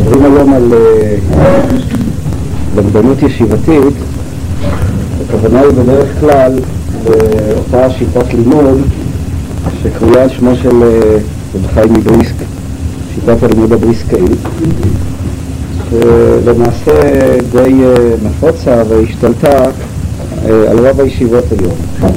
מדברים היום על למדנות ישיבתית. הכוונה היא בדרך כלל באותה שיטת לימוד שקרויה על שמו של רב חיים מבריסק, שיטת הלימוד הבריסקאית, שלמעשה די נפוצה והשתלטה על רוב הישיבות היום.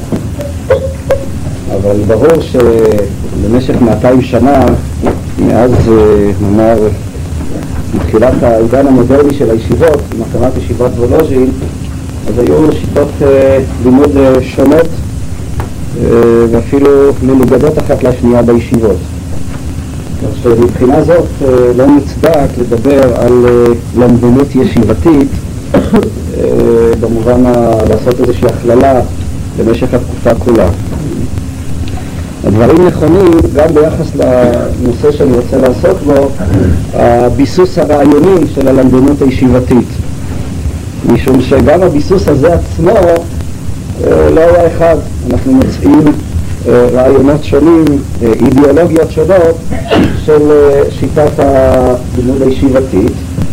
אבל ברור שבמשך 200 שנה, מאז נאמר מתחילת העידן המודרני של הישיבות, עם הקמת ישיבת וולוז'ין, אז היו שיטות לימוד שונות ואפילו מנוגדות אחת לשנייה בישיבות. כך שמבחינה זאת לא מוצדק לדבר על למדנות ישיבתית במובן לעשות איזושהי הכללה במשך התקופה כולה. הדברים נכונים גם ביחס לנושא שאני רוצה לעסוק בו, הביסוס הרעיוני של הלמדנות הישיבתית, משום שגם הביסוס הזה עצמו לא היה אחד. אנחנו מוצאים רעיונות שונים, אידיאולוגיות שונות של שיטת הלימוד הישיבתית,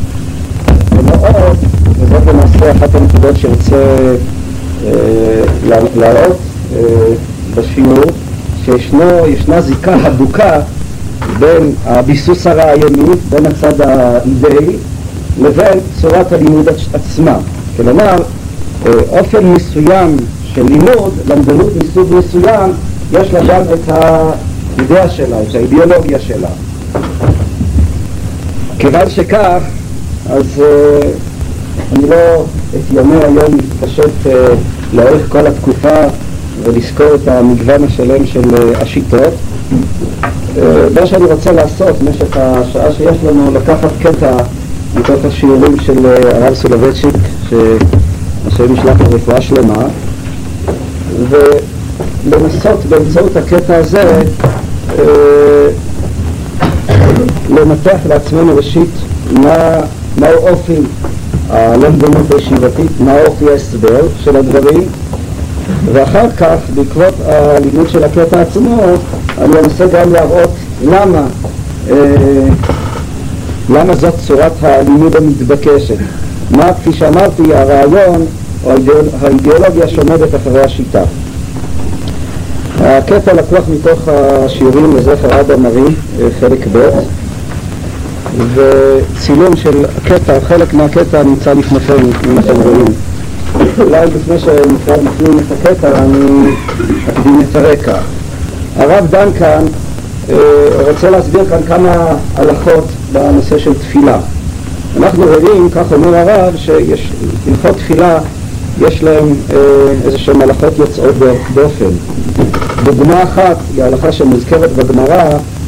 וזאת למעשה אחת הנקודות שרוצה להראות בשיעור, שישנה זיקה הדוקה בין הביסוס הרעיוני, בין הצד האידאי, לבין צורת הלימוד עצמה. כלומר, אופן מסוים של לימוד, למדנות מסוג מסוים, יש לה גם את האידאה שלה, את האידיאולוגיה שלה. כיוון שכך, אז אני לא אתיימר היום להתפשט לאורך כל התקופה ולזכור את המגוון השלם של השיטות. מה שאני רוצה לעשות במשך השעה שיש לנו, לקחת קטע מתוך השיעורים של הרב סולובייצ'יק, שהשם ישלח לרפואה שלמה, ולנסות באמצעות הקטע הזה לנתח לעצמנו ראשית מהו אופי הלמדנות הישיבתית, מהו אופי ההסבר של הדברים, ואחר כך בעקבות הלימוד של הקטע עצמו אני אנסה גם להראות למה זאת צורת הלימוד המתבקשת, מה כפי שאמרתי הרעיון או האידיאולוגיה שעומדת אחרי השיטה. הקטע לקוח מתוך השיעורים לזכר אדם ארי חלק ב', וצילום של הקטע, חלק מהקטע נמצא לפניכם אם אתם רואים. אולי לפני שנקרא בפנים את הקטע אני אקדים את הרקע. הרב דן כאן רוצה להסביר כאן כמה הלכות בנושא של תפילה. אנחנו רואים, כך אומר הרב, שיש הלכות תפילה יש להם איזשהם הלכות יוצאות דופן. דוגמה אחת היא ההלכה שמוזכרת בגמרא,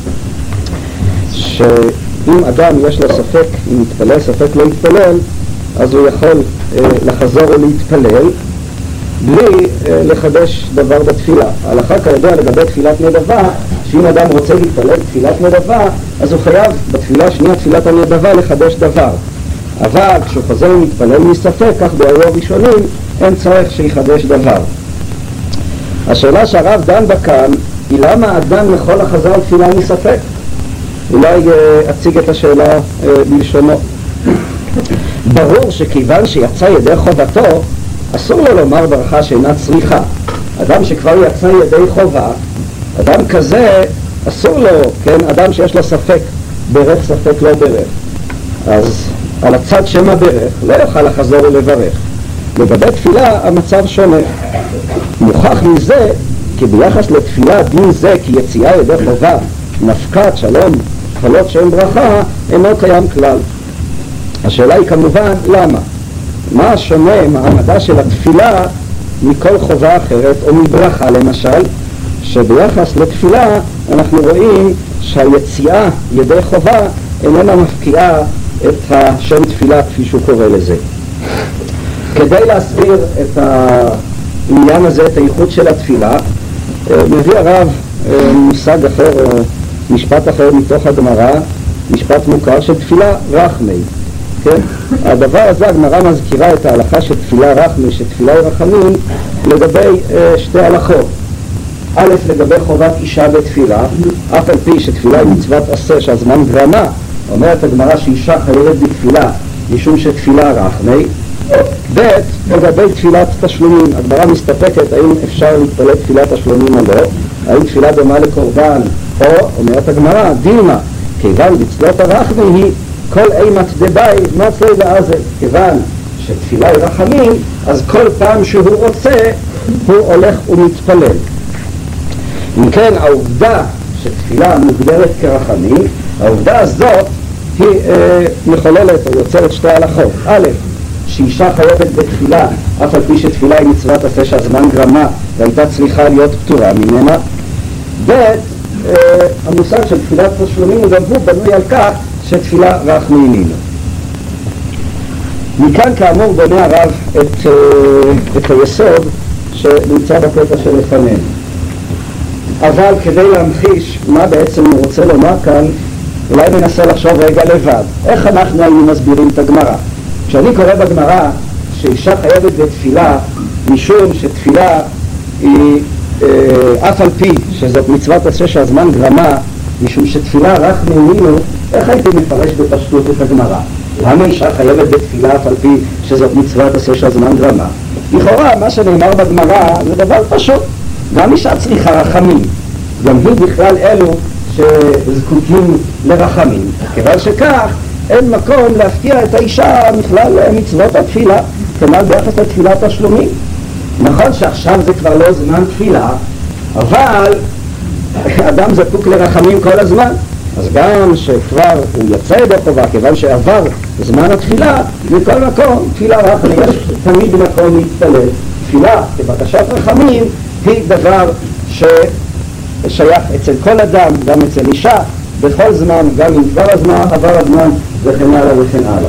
שאם אדם יש לו ספק אם יתפלל, ספק לא יתפלל, אז הוא יכול לחזור או להתפלל בלי לחדש דבר בתפילה. ההלכה כידוע לגבי תפילת נדבה, שאם אדם רוצה להתפלל תפילת נדבה, אז הוא חייב בתפילה שנייה, תפילת הנדבה, לחדש דבר. אבל כשהוא חוזר ומתפלל מספק, כך באירוע ראשונים, אין צורך שיחדש דבר. השאלה שהרב דן בה כאן היא למה אדם יכול לחזור תפילה מספק. אולי אציג את השאלה בלשונו. ברור שכיוון שיצא ידי חובתו, אסור לו לומר ברכה שאינה צריכה. אדם שכבר יצא ידי חובה, אדם כזה אסור לו, כן, אדם שיש לו ספק, ברך ספק לא ברך, אז על הצד שמה ברך לא יוכל לחזור ולברך. לגבי תפילה המצב שונה. מוכח מזה כי ביחס לתפילה דין זה כי יציאה ידי חובה, נפקת, שלום, תפלות שאין ברכה, אינו קיים כלל. השאלה היא כמובן למה? מה שונה מעמדה של התפילה מכל חובה אחרת או מברכה למשל, שביחס לתפילה אנחנו רואים שהיציאה ידי חובה איננה מפקיעה את השם תפילה כפי שהוא קורא לזה. כדי להסביר את העניין הזה, את הייחוד של התפילה, מביא הרב מושג אחר או משפט אחר מתוך הגמרא, משפט מוכר של תפילה רחמי. כן? הדבר הזה הגמרא מזכירה את ההלכה של תפילה רחמי, שתפילה רחמים, לגבי שתי הלכות. א', לגבי חובת אישה בתפילה, אף על פי שתפילה היא מצוות עשה שהזמן גרמה, אומרת הגמרא שאישה חייבת בתפילה משום שתפילה רחמי. ב' לגבי תפילת תשלומים, הגמרא מסתפקת האם אפשר להתפלל תפילת תשלומים או לא, האם תפילה דומה לקורבן או, אומרת הגמרא, דילמה, כיוון בצלות הרחמי היא כל אימת דבאי מצלי ועזל, כיוון שתפילה היא רחמים, אז כל פעם שהוא רוצה הוא הולך ומתפלל. אם כן, העובדה שתפילה מוגדרת כרחמים, העובדה הזאת היא מחוללת או יוצרת שתי הלכות. א', שאישה חייבת בתפילה אף על פי שתפילה היא מצוות עשה שהזמן גרמה והייתה צריכה להיות פטורה ממנה. ב', המושג של תפילת תשלומים גם הוא בנוי על כך שתפילה רחמים. מכאן כאמור בונה הרב את היסוד שנמצא בקטע שלפנינו. אבל כדי להמחיש מה בעצם הוא רוצה לומר כאן, אולי ננסה לחשוב רגע לבד. איך אנחנו היינו מסבירים את הגמרא? כשאני קורא בגמרא שאישה חייבת בתפילה משום שתפילה היא אף על פי שזאת מצוות עשה שהזמן גרמה, משום שתפילה רחמי, איך הייתי מפרש בפשטות את הגמרא? למה אישה חייבת בתפילה אף על פי שזאת מצוות עשה שהזמן גרמה? לכאורה מה שנאמר בגמרא זה דבר פשוט, גם אישה צריכה רחמים, גם היא בכלל אלו שזקוקים לרחמים, כיוון שכך אין מקום להפתיע את האישה מכלל מצוות התפילה, כנ"ל ביחס לתפילת תשלומים. נכון שעכשיו זה כבר לא זמן תפילה, אבל אדם זקוק לרחמים כל הזמן, אז גם שכבר הוא יצא ידי חובה, כיוון שעבר זמן התפילה, מכל מקום תפילה רחמים, יש תמיד מקום להתפלל. תפילה כבקשת רחמים היא דבר ששייך אצל כל אדם, גם אצל אישה, בכל זמן, גם אם כבר הזמן, עבר הזמן וכן הלאה וכן הלאה.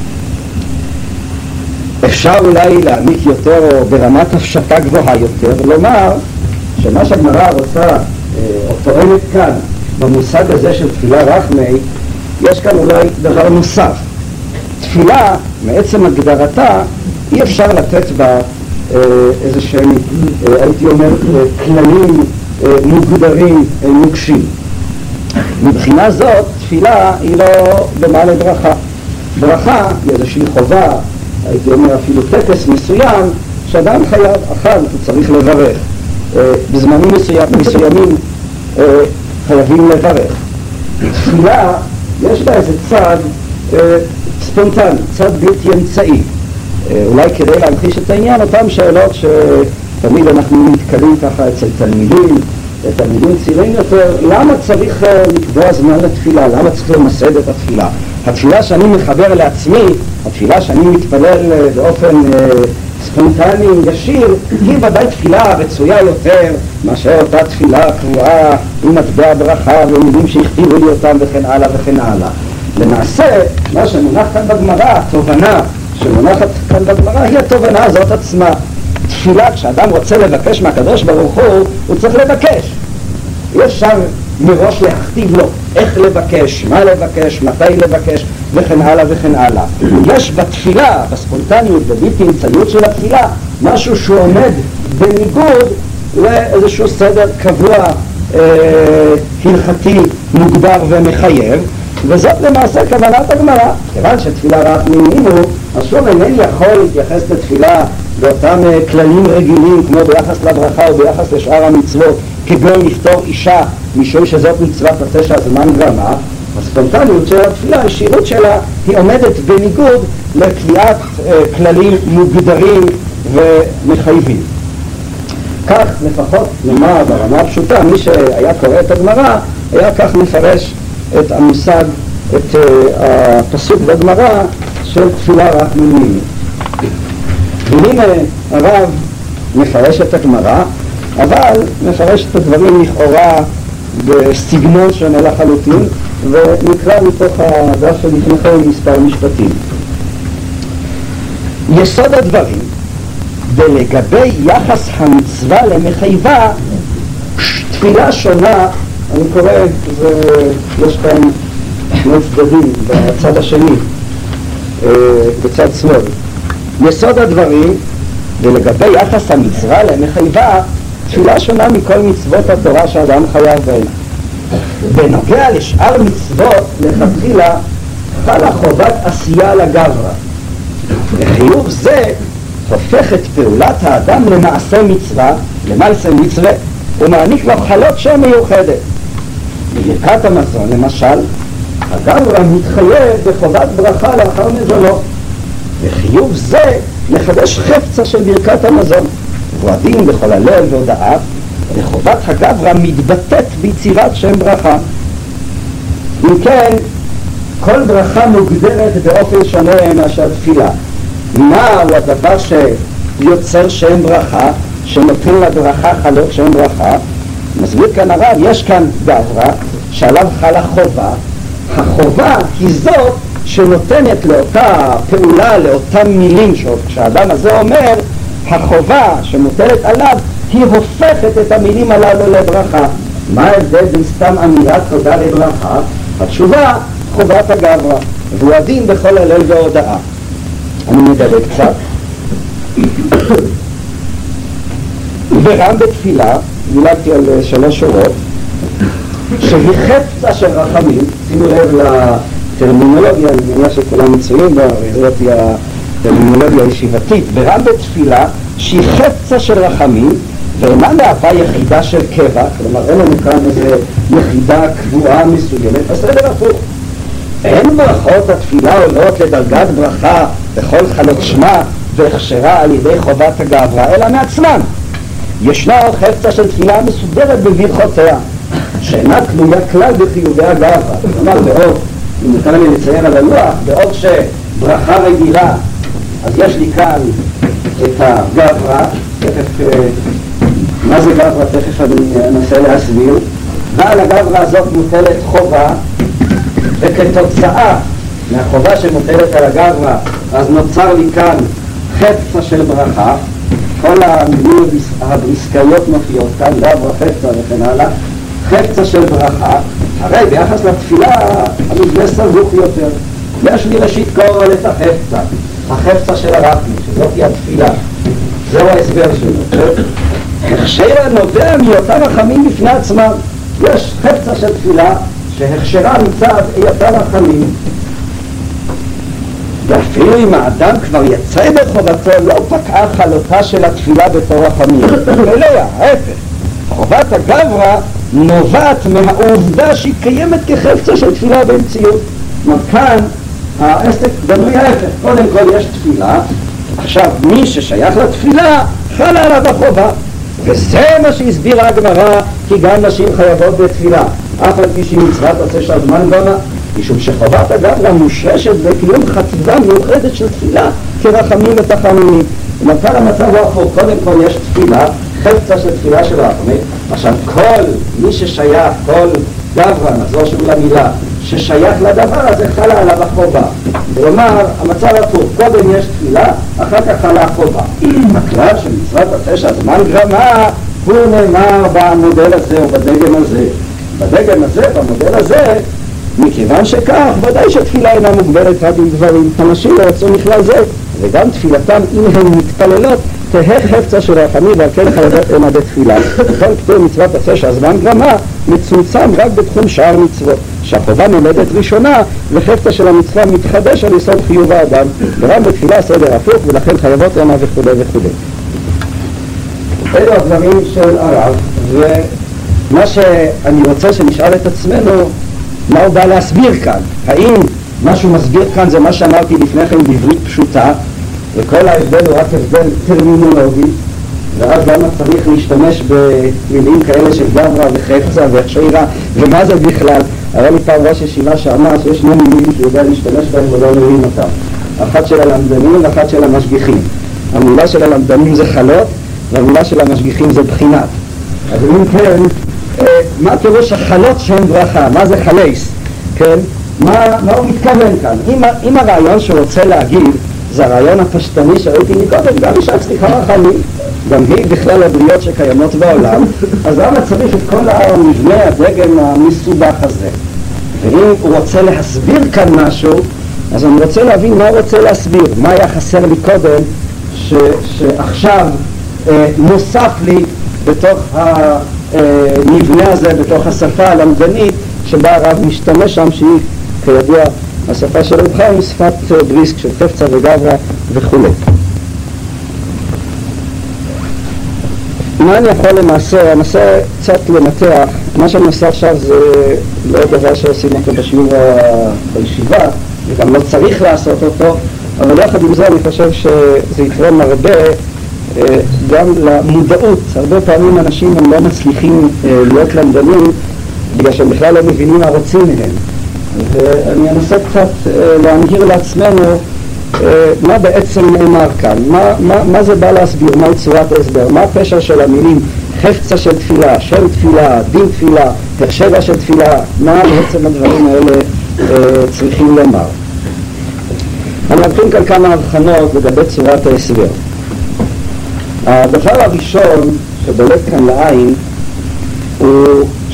אפשר אולי להעמיק יותר או ברמת הפשטה גבוהה יותר ולומר שמה שהגמרא רוצה או טוענת כאן במושג הזה של תפילה רחמי, יש כאן אולי דבר נוסף. תפילה מעצם הגדרתה אי אפשר לתת בה איזה שהם הייתי אומר כללים מוגדרים מוקשים. מבחינה זאת תפילה היא לא דומה לברכה. ברכה היא איזושהי חובה, הייתי אומר אפילו טקס מסוים שאדם חייב, אחד הוא צריך לברך, בזמנים מסוימים חייבים לברך. תפילה יש לה איזה צד ספונטני, צד בלתי אמצעי. אולי כדי להמחיש את העניין, אותם שאלות שתמיד אנחנו נתקלים ככה אצל תלמידים צעירים יותר, למה צריך לקבוע זמן לתפילה? למה צריך למסד את התפילה? התפילה שאני מחבר לעצמי, התפילה שאני מתפלל באופן ספונטני, ישיר, היא ודאי תפילה רצויה יותר מאשר אותה תפילה קבועה עם מטבע ברכה ומילים שהכתיבו לי אותם וכן הלאה וכן הלאה. למעשה, מה שמונח כאן בגמרא, התובנה שמונחת כאן בגמרא היא התובנה הזאת עצמה. תפילה, כשאדם רוצה לבקש מהקדוש ברוך הוא צריך לבקש. אי אפשר מראש להכתיב לו איך לבקש, מה לבקש, מתי לבקש וכן הלאה וכן הלאה. יש בתפילה, בספונטניות, בבלתי אמצעיות של התפילה, משהו שהוא עומד בניגוד לאיזשהו סדר קבוע, הלכתי, מוגבר ומחייב, וזאת למעשה כוונת הגמרא. כיוון שתפילה רחמים, אז שוב אינני יכול להתייחס לתפילה באותם כללים רגילים כמו ביחס לברכה או ביחס לשאר המצוות, כגון לפטור אישה משום שזאת מצוות עשה שהזמן גרמה. הספונטניות של התפילה, הישירות שלה, היא עומדת בניגוד לקביעת כללים מוגדרים ומחייבים. כך לפחות נאמר ברמה הפשוטה, מי שהיה קורא את הגמרא היה כך מפרש את המושג, את הפסוק בגמרא של תפילה רחמים. והנה הרב מפרש את הגמרא, אבל מפרש את הדברים לכאורה בסגנון שונה לחלוטין, ונקרא מתוך הדף שלפניכם מספר משפטים. יסוד הדברים, ולגבי יחס המצווה למחייבה, תפילה שונה, אני קורא, יש כאן שני צדדים בצד השני, בצד שמאל. יסוד הדברים, ולגבי יחס המצווה למחייבה, תפילה שונה מכל מצוות התורה שאדם חייב בהן. בנוגע לשאר מצוות, לכתחילה חלה חובת עשייה לגברא. וחיוב זה הופך את פעולת האדם למעשה מצווה, למעשה מצווה, ומעניק לו חלות שם מיוחדת. בברכת המזון למשל, הגברא מתחייב בחובת ברכה לאחר מזונו, וחיוב זה מחדש חפצה של ברכת המזון, והדין בכל הלב והודעה, וחובת הגברא מתבטאת ביצירת שם ברכה. אם כן, כל ברכה מוגדרת באופן שונה מאשר תפילה. מהו הדבר שיוצר שם ברכה, שנותן לברכה חלות שם ברכה? מסביר כאן הרב, יש כאן גברא שעליו חלה חובה. החובה היא זאת שנותנת לאותה פעולה, לאותם מילים שהאדם הזה אומר, החובה שמוטלת עליו היא הופכת את המילים הללו לברכה. מה ההבדל בין סתם אמירת תודה לברכה? התשובה, חובת הגברא, והוא הדין בכל הלל והודעה. אני מדלג קצת. ברם בתפילה, דילגתי על 3 שורות, שהיא חפצה של רחמים. שימו לב לטרמינולוגיה, אני מניח שכולם מצויים בה, וזאת היא הטרמינולוגיה הישיבתית. ברם בתפילה שהיא חפצה של רחמים, ואינה מהווה יחידה של קבע, כלומר אין לנו כאן איזו יחידה קבועה מסוימת, בסדר הפוך. אין ברכות התפילה עולות לדרגת ברכה בכל חלות שמה והכשרה על ידי חובת הגברא, אלא מעצמן. ישנה חפצה של תפילה מסודרת בברכותיה, שאינה תלויה כלל בחיובי הגברא. כלומר, בעוד, אם נתן לי לצייר על הלוח, בעוד שברכה רגילה, אז יש לי כאן את הגברא, תכף, מה זה גברא? תכף אני אנסה להסביר. ועל הגברא הזאת מוטלת חובה, וכתוצאה מהחובה שמוטלת על הגברא, אז נוצר לי כאן חפצה של ברכה. כל המילים הבריסקאיות מופיעות כאן, גברא, חפצה וכן הלאה, חפצה של ברכה. הרי ביחס לתפילה המבנה סבוך יותר. יש לי ראשית כל את החפצה, החפצה של הרחמים, שזאת היא התפילה. זהו ההסבר שלו. הכשר הנובע מאותם רחמים בפני עצמם. יש חפצה של תפילה שהכשרה מצד היותם רחמים. ואפילו אם האדם כבר יצא בחובתו, לא פקעה חלותה של התפילה בתור רחמים. אלא ההפך, חובת הגברא נובעת מהעובדה שהיא קיימת כחפצה של תפילה במציאות. כאן העסק בנוי ההפך. קודם כל יש תפילה, עכשיו מי ששייך לתפילה חלה עליו החובה, וזה מה שהסבירה הגמרא, כי גם נשים חייבות בתפילה אף על פי שהיא מצוות עשה שהזמן בנה, משום שחובת הגברא מושרשת בקיום חטיבה מיוחדת של תפילה כרחמים ותחנונים. ומכאן המצב הוא הפוך. קודם כל יש תפילה, חפצה של תפילה של רחמים. עכשיו כל מי ששייך, כל גברא, נחזור שוב למילה, ששייך לדבר הזה חלה עליו החובה. כלומר, המצב הפוך, קודם יש תפילה, אחר כך חלה החובה. הכלל של מצוות עשה שהזמן גרמה הוא נאמר במודל הזה או בדגם הזה. בדגם הזה, במודל הזה, מכיוון שכך, ודאי שתפילה אינה מוגבלת רק עם דברים. אנשים לא יצאו מכלל זה, וגם תפילתם, אם הן מתפללות, תהא חפצה של רחמים, ועל כן חייבות אינה בתפילה. כל פטור מצוות עשה שהזמן גרמה מצומצם רק בתחום שאר מצוות, שהחובה נולדת ראשונה וחפצה של המצווה מתחדש על יסוד חיוב האדם, ורק בתפילה סדר הפוך, ולכן חייבות אינה וכו' וכו'. אלו הדברים של הרב, ומה שאני רוצה שנשאל את עצמנו, מה הוא בא להסביר כאן? האם מה שהוא מסביר כאן זה מה שאמרתי לפני כן בעברית פשוטה, וכל ההבדל הוא רק הבדל טרמינולוגי, ואז למה צריך להשתמש במילים כאלה של גברא וחפצה והכשרה, ומה זה בכלל? הרי לי פעם ראש ישיבה שאמר שיש 2 מילים שיודע להשתמש בהם ולא מבין אותם, אחת של הלמדנים ואחת של המשגיחים. המילה של הלמדנים זה חלות, והמילה של המשגיחים זה בחינת. אז אם כן, מה פירוש החלות שהן ברכה? מה זה חלייס? כן? מה הוא מתכוון כאן? אם הרעיון שהוא רוצה להגיד זה הרעיון הפשטני שראיתי מקודם, גם אישה צריכה רחמים, גם היא בכלל הבריות שקיימות בעולם, אז למה צריך את כל המבנה הדגם המסובך הזה? ואם הוא רוצה להסביר כאן משהו, אז אני רוצה להבין מה הוא רוצה להסביר, מה היה חסר לי קודם שעכשיו נוסף לי בתוך המבנה הזה, בתוך השפה הלמדנית שבה הרב משתמש שם, שהיא כידוע השפה של רב חיים שפת בריסק של תפצה וגברא וכו'. מה אני יכול למעשה קצת לנתח? מה שאני עושה עכשיו זה לא דבר שעושים אותו בשיעור בישיבה, וגם לא צריך לעשות אותו, אבל יחד עם זה אני חושב שזה יתרום הרבה גם למודעות. הרבה פעמים אנשים הם לא מצליחים להיות למדנים בגלל שהם בכלל לא מבינים מה רוצים מהם, ואני אנסה קצת להנהיר לעצמנו מה בעצם נאמר כאן, מה זה בא להסביר, מהי צורת ההסבר, מה הפשר של המילים חפצה של תפילה, שם תפילה, דין תפילה, תחשבה של תפילה, מה בעצם הדברים האלה צריכים לומר. אני אבחין כאן כמה הבחנות לגבי צורת ההסבר. הדבר הראשון שבולט כאן לעין הוא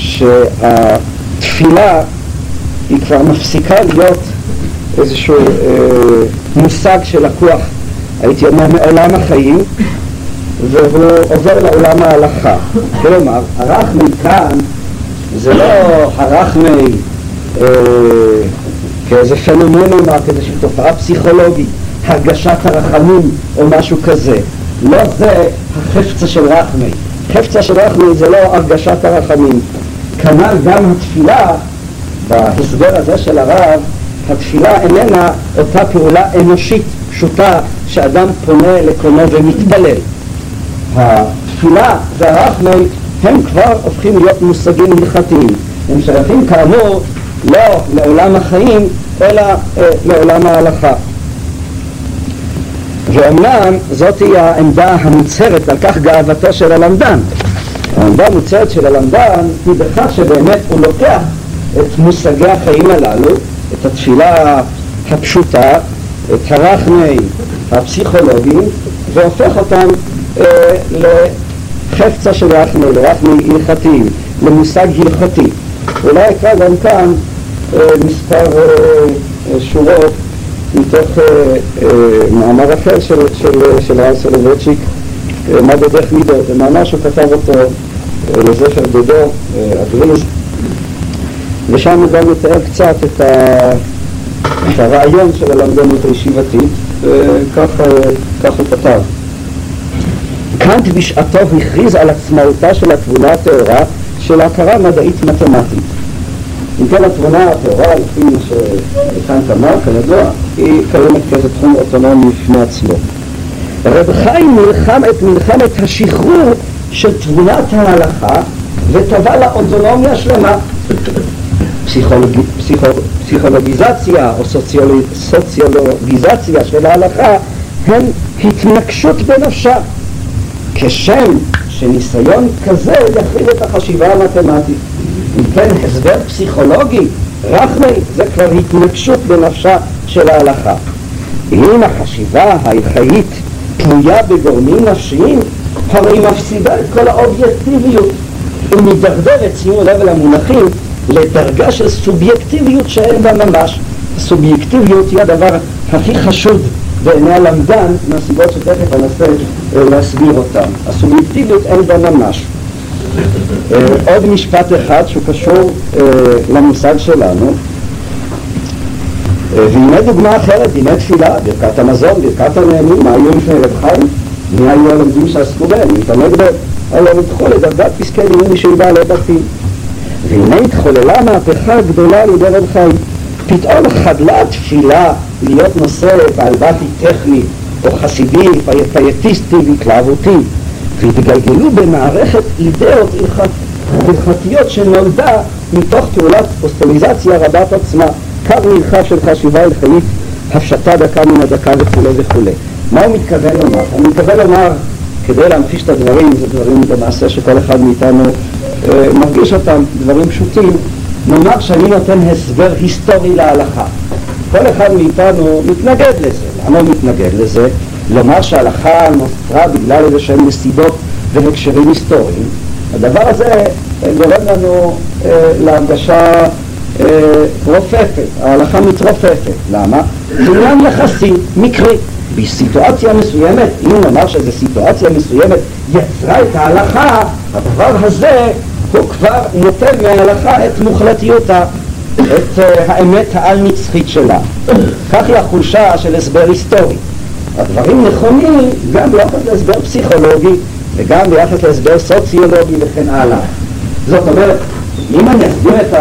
שהתפילה היא כבר מפסיקה להיות איזשהו מושג של לקוח, הייתי אומר, מעולם החיים, והוא עובר לעולם ההלכה. כלומר, הרחמי כאן זה לא הרחמי כאיזה פנומנומה, כאיזושהי תופעה פסיכולוגית, הרגשת הרחמים או משהו כזה. לא זה החפצה של רחמי. חפצה של רחמי זה לא הרגשת הרחמים. כנ"ל גם התפילה, בהסבר הזה של הרב, התפילה איננה אותה פעולה אנושית פשוטה שאדם פונה לקונו ומתפלל. התפילה והרחמי הם כבר הופכים להיות מושגים הלכתיים. הם שייכים כאמור לא לעולם החיים אלא לעולם ההלכה. ואומנם זאת היא העמדה המוצהרת, על כך גאוותו של הלמדן. העמדה המוצהרת של הלמדן היא בכך שבאמת הוא לוקח את מושגי החיים הללו, את התפילה הפשוטה, את הרחמי הפסיכולוגיים, והופך אותם לחפצה של רחמי, לרחמי הלכתיים, למושג הלכתי. אולי אקרא גם כאן מספר שורות מתוך מאמר אחר של הרב סולובייצ'יק, מה בדרך מידות, זה מאמר שהוא כתב אותו לזכר דודו, אגריז, ושם הוא גם מתאר קצת את הרעיון של הלמדנות הישיבתית, וכך הוא כתב. קאנט בשעתו הכריז על עצמאותה של התבונה הטהורה של ההכרה מדעית מתמטית. אם כן, התבונה הטהורה, לפי מה שקאנט אמר, כידוע, היא קיימת כאיזה תחום אוטונומי בפני עצמו. רב חיים נלחם את מלחמת השחרור של תבונת ההלכה וטבע לה אוטונומיה שלמה. פסיכולוגיזציה או סוציולוגיזציה של ההלכה הן התנגשות בנפשה, כשם שניסיון כזה יחריב את החשיבה המתמטית. אם כן, הסבר פסיכולוגי רחמי זה כבר התנגשות בנפשה של ההלכה. אם החשיבה ההלכאית תלויה בגורמים נפשיים, הרי היא מפסידה את כל האובייקטיביות ומדרדרת, שימו לב למונחים, לדרגה של סובייקטיביות שאין בה ממש. הסובייקטיביות היא הדבר הכי חשוד בעיני הלמדן, מהסיבות שתכף אנסה להסביר אותם. הסובייקטיביות אין בה ממש. עוד משפט אחד שהוא קשור למושג שלנו, והנה דוגמה אחרת, דיני תפילה, ברכת המזון, ברכת הנהנים, מה היו לפני רב חיים? מי היו הלמדים שעסקו בהם? להתעמד בהם, אבל נדחו לדרגת פסקי דין משל בעלי בתים. והנה התחוללה מהפכה גדולה לידי רב חיים. פתאום חדלה התפילה להיות נושא בעל בתי טכני או חסידי, פייטיסטי והתלהבותי, והתגלגלו במערכת אידאות הלכתיות שנולדה מתוך פעולת פוסטליזציה רבת עוצמה, קו נרחב של חשיבה הלכאית, הפשטה דקה מן הדקה וכו' וכו'. מה הוא מתכוון לומר? הוא מתכוון לומר, כדי להמחיש את הדברים, זה דברים במעשה שכל אחד מאיתנו מרגיש אותם, דברים פשוטים, נאמר שאני נותן הסבר היסטורי להלכה. כל אחד מאיתנו מתנגד לזה. למה הוא מתנגד לזה? לומר שההלכה נוצרה בגלל איזה שהם נסיבות והקשרים היסטוריים. הדבר הזה גורם לנו להרגשה רופפת, ההלכה מתרופפת. למה? זה עניין יחסי, מקרי. בסיטואציה מסוימת, אם נאמר שזו סיטואציה מסוימת יצרה את ההלכה, הדבר הזה הוא כבר נותן מההלכה את מוחלטיותה. את האמת העל-נצחית שלה. כך היא החולשה של הסבר היסטורי. הדברים נכונים גם ביחס להסבר פסיכולוגי וגם ביחס להסבר סוציולוגי וכן הלאה. זאת אומרת, אם אני אסביר את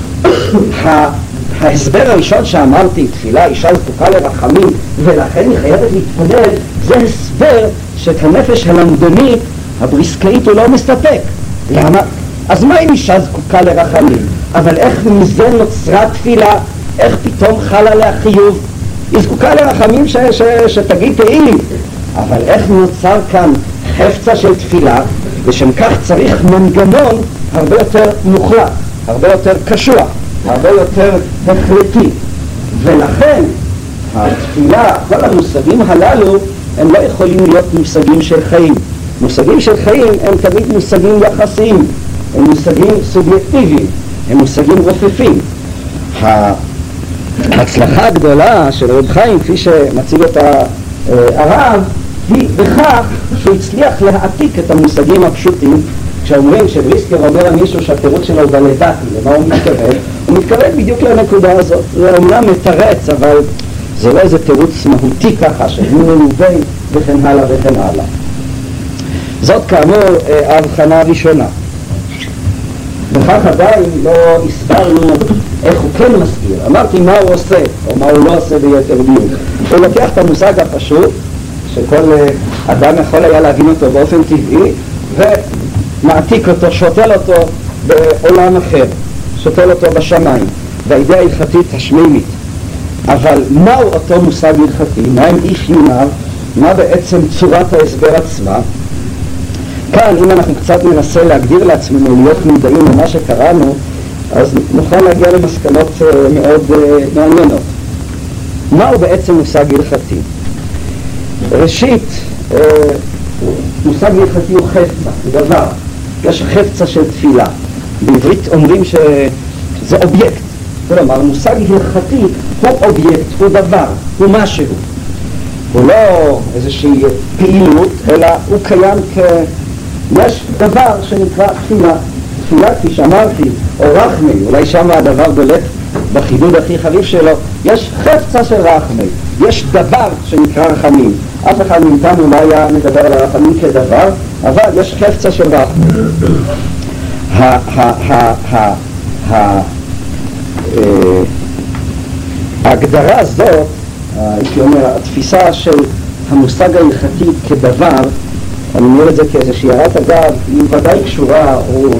ההסבר הראשון שאמרתי, תפילה אישה זקוקה לרחמים ולכן היא חייבת להתפלל, זה הסבר שאת הנפש הלמדונית הבריסקאית הוא לא מסתפק. למה? אז מה אם אישה זקוקה לרחמים? אבל איך מזה נוצרה תפילה? איך פתאום חל עליה חיוב? היא זקוקה לרחמים שתגיד תהילים, אבל איך נוצר כאן חפצה של תפילה? ושם כך צריך מנגנון הרבה יותר מוחלט, הרבה יותר קשוח, הרבה יותר החלטי. ולכן התפילה, כל המושגים הללו הם לא יכולים להיות מושגים של חיים. מושגים של חיים הם תמיד מושגים יחסיים, הם מושגים סובייקטיביים, הם מושגים רופפים. ההצלחה הגדולה של רב חיים, כפי שמציג אותה הרב, היא בכך שהוא הצליח להעתיק את המושגים הפשוטים. כשאומרים שבריסקר אומר על מישהו שהתירוץ שלו הוא בלדתי, למה הוא מתכוון? הוא מתכוון בדיוק לנקודה הזאת. זה אומנם מתרץ, אבל זה לא איזה תירוץ מהותי ככה שהוא מלווה וכן הלאה וכן הלאה. זאת כאמור ההבחנה הראשונה. בכך עדיין לא הסברנו איך הוא כן מסביר. אמרתי מה הוא עושה או מה הוא לא עושה ביתר דיוק. הוא לוקח את המושג הפשוט שכל אדם יכול היה להבין אותו באופן טבעי ומעתיק אותו, שותל אותו בעולם אחר, שותל אותו בשמיים, והאידאה ההלכתית השמימית. אבל מהו אותו מושג הלכתי? מה הם אפיוניו? מה בעצם צורת ההסבר עצמה? כאן אם אנחנו קצת ננסה להגדיר לעצמנו, להיות מודעים למה שקראנו, אז נוכל להגיע למסקנות מאוד מעניינות. מהו בעצם מושג הלכתי? ראשית, מושג הלכתי הוא חפצה, הוא דבר. יש חפצה של תפילה. בעברית אומרים שזה אובייקט. כלומר, מושג הלכתי הוא אובייקט, הוא דבר, הוא משהו. הוא לא איזושהי פעילות, אלא הוא קיים יש דבר שנקרא תפילה. תפילה, כפי שאמרתי, או רחמי, אולי שם הדבר בולט בחידוד הכי חריף שלו, יש חפצה של רחמי, יש דבר שנקרא רחמים. אף אחד מאיתנו לא היה מדבר על הרחמים כדבר, אבל יש חפצה של רחמי. ההגדרה הזאת, הייתי אומר, התפיסה של המושג ההלכתי כדבר, אני אומר את זה כאיזושהי הערת אגב, היא ודאי קשורה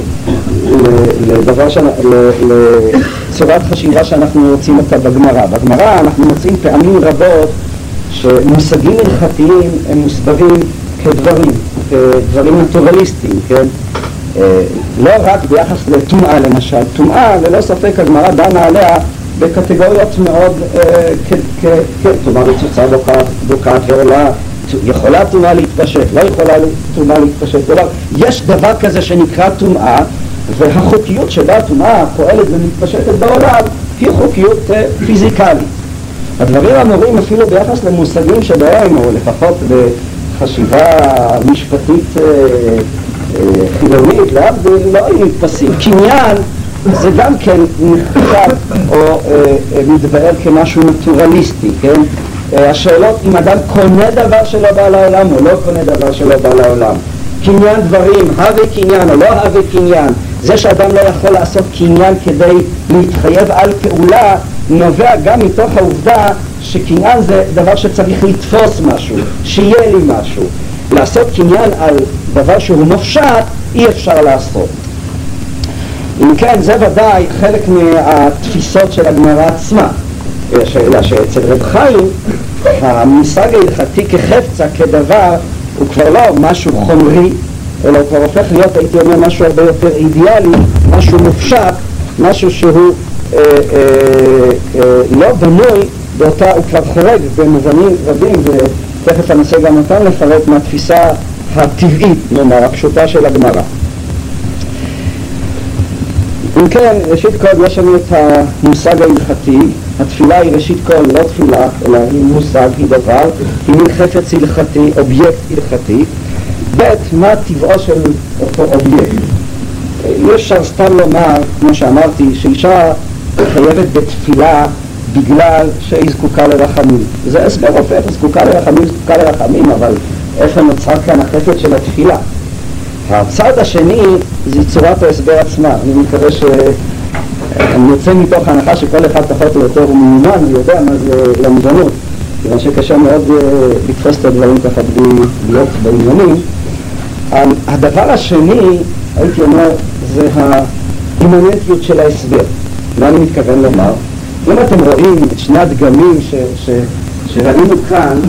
לצורת חשיבה שאנחנו רוצים אותה בגמרא. בגמרא אנחנו מוצאים פעמים רבות שמושגים הלכתיים הם מוסברים כדברים נטורליסטיים, כן? לא רק ביחס לטומאה למשל. טומאה, ללא ספק הגמרא דנה עליה בקטגוריות מאוד, טומאה רצוצה בוקעת ועולה, יכולה טומאה להתפשט, לא יכולה טומאה להתפשט. כלומר, יש דבר כזה שנקרא טומאה, והחוקיות שבה הטומאה פועלת ומתפשטת בעולם היא חוקיות פיזיקלית. הדברים אמורים אפילו ביחס למושגים שבהם, או לפחות בחשיבה משפטית חילונית, להבדיל, לא היו נתפסים. קניין זה גם כן נכתב או מתבאר כמשהו נטורליסטי, כן? השאלות אם אדם קונה דבר שלא בא לעולם או לא קונה דבר שלא בא לעולם. קניין דברים, הווה קניין או לא הווה קניין. זה שאדם לא יכול לעשות קניין כדי להתחייב על פעולה נובע גם מתוך העובדה שקניין זה דבר שצריך לתפוס משהו, שיהיה לי משהו. לעשות קניין על דבר שהוא מופשט אי אפשר לעשות. אם כן, זה ודאי חלק מהתפיסות של הגמרא עצמה. אלא שאצל רב חיים המושג ההלכתי כחפצה, כדבר, הוא כבר לא משהו חומרי, אלא הוא כבר הופך להיות, הייתי אומר, משהו הרבה יותר אידיאלי, משהו מופשט, משהו שהוא לא בנוי באותה, הוא כבר חורג במובנים רבים, ותכף אנסה גם אותם לפרט מהתפיסה הטבעית, נאמר, הפשוטה של הגמרא. אם כן, ראשית כל יש לנו את המושג ההלכתי. התפילה היא ראשית כל לא תפילה, אלא היא מושג, היא דבר, היא מין חפץ הלכתי, אובייקט הלכתי. ב', מה טבעו של אותו אובייקט? יש אפשר סתם לומר, כמו שאמרתי, שאישה חייבת בתפילה בגלל שהיא זקוקה לרחמים. זה הסבר הופך, זקוקה לרחמים, אבל איפה נוצר כאן החפץ של התפילה? הצד השני זה צורת ההסבר עצמה. אני מקווה אני יוצא מתוך ההנחה שכל אחד פחות או יותר הוא מיומן ויודע מה זה למדנות, כיוון שקשה מאוד לתפוס את הדברים ככה בלי להיות בעניינים. הדבר השני, הייתי אומר, זה האימננטיות של ההסבר. מה אני מתכוון לומר? אם אתם רואים את שני הדגמים שראינו כאן,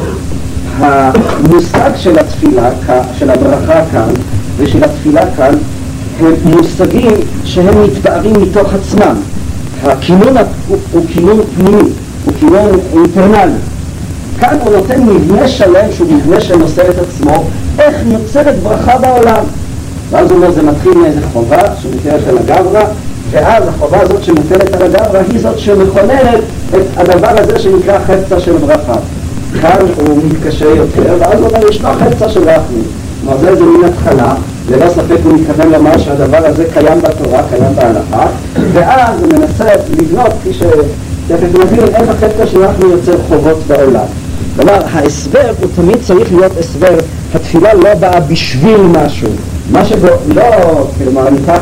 המושג של התפילה, של הברכה כאן ושל התפילה כאן, הם מושגים שהם מתבארים מתוך עצמם. הכינון הוא כינון פנימי, הוא כינון אינטרנלי. כאן הוא נותן מבנה שלם שהוא מבנה שנושא את עצמו, איך נוצרת ברכה בעולם. ואז הוא אומר, זה מתחיל מאיזה חובה שמוטלת על הגברא, ואז החובה הזאת שמוטלת על הגברא היא זאת שמכוננת את הדבר הזה שנקרא חפצה של ברכה. כאן הוא מתקשה יותר, ואז הוא אומר, ישנו חפצה של רחמים. כלומר, זה מן התחלה, ללא ספק הוא מתכוון לומר שהדבר הזה קיים בתורה, קיים בהלכה, ואז הוא מנסה לבנות, כפי שתכף נבין, איך החפצה של רחמים יוצר חובות בעולם. כלומר, ההסבר הוא תמיד צריך להיות הסבר, התפילה לא באה בשביל משהו, מה שבו, לא, כלומר, ניקח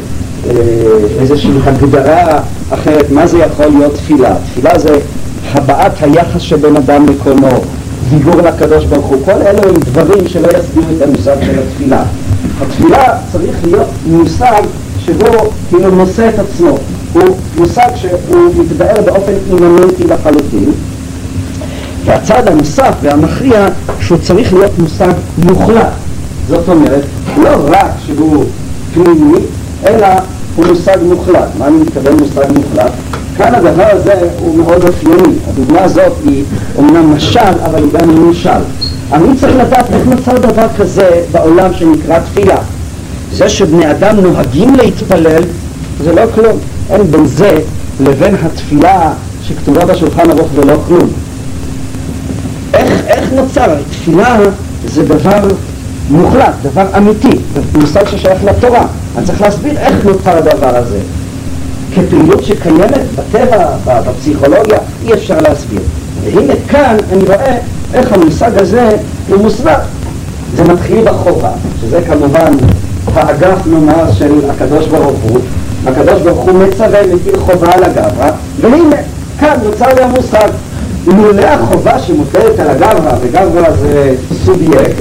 איזושהי הגדרה אחרת, מה זה יכול להיות תפילה? תפילה זה הבעת היחס שבין אדם לקונו, דיבור לקדוש ברוך הוא, כל אלו הם דברים שלא יסבירו את המושג של התפילה. התפילה צריך להיות מושג שבו הוא נושא את עצמו, הוא מושג שהוא מתבאר באופן אימננטי לחלוטין, והצד הנוסף והמכריע שהוא צריך להיות מושג מוחלט. זאת אומרת, לא רק שהוא פנימי, אלא הוא מושג מוחלט. מה אני מתכוון מושג מוחלט? כאן הדבר הזה הוא מאוד אופייני. הדוגמה הזאת היא אומנם משל, אבל היא גם משל. אני צריך לדעת איך נוצר דבר כזה בעולם שנקרא תפילה. זה שבני אדם נוהגים להתפלל, זה לא כלום. אין בין זה לבין התפילה שכתובה בשולחן ערוך ולא כלום. איך נוצר? תפילה זה דבר מוחלט, דבר אמיתי, מושג ששייך לתורה. אני צריך להסביר איך נוצר הדבר הזה. כפעילות שקיימת בטבע, בפסיכולוגיה, אי אפשר להסביר. והנה כאן אני רואה איך המושג הזה הוא מוסבר. זה מתחיל בחובה, שזה כמובן האגף נאמר של הקדוש ברוך הוא. הקדוש ברוך הוא מצווה מטיל חובה על הגברא, והנה כאן נוצר לי המושג. לולא החובה שמוטלת על הגברא, וגברא זה סובייקט,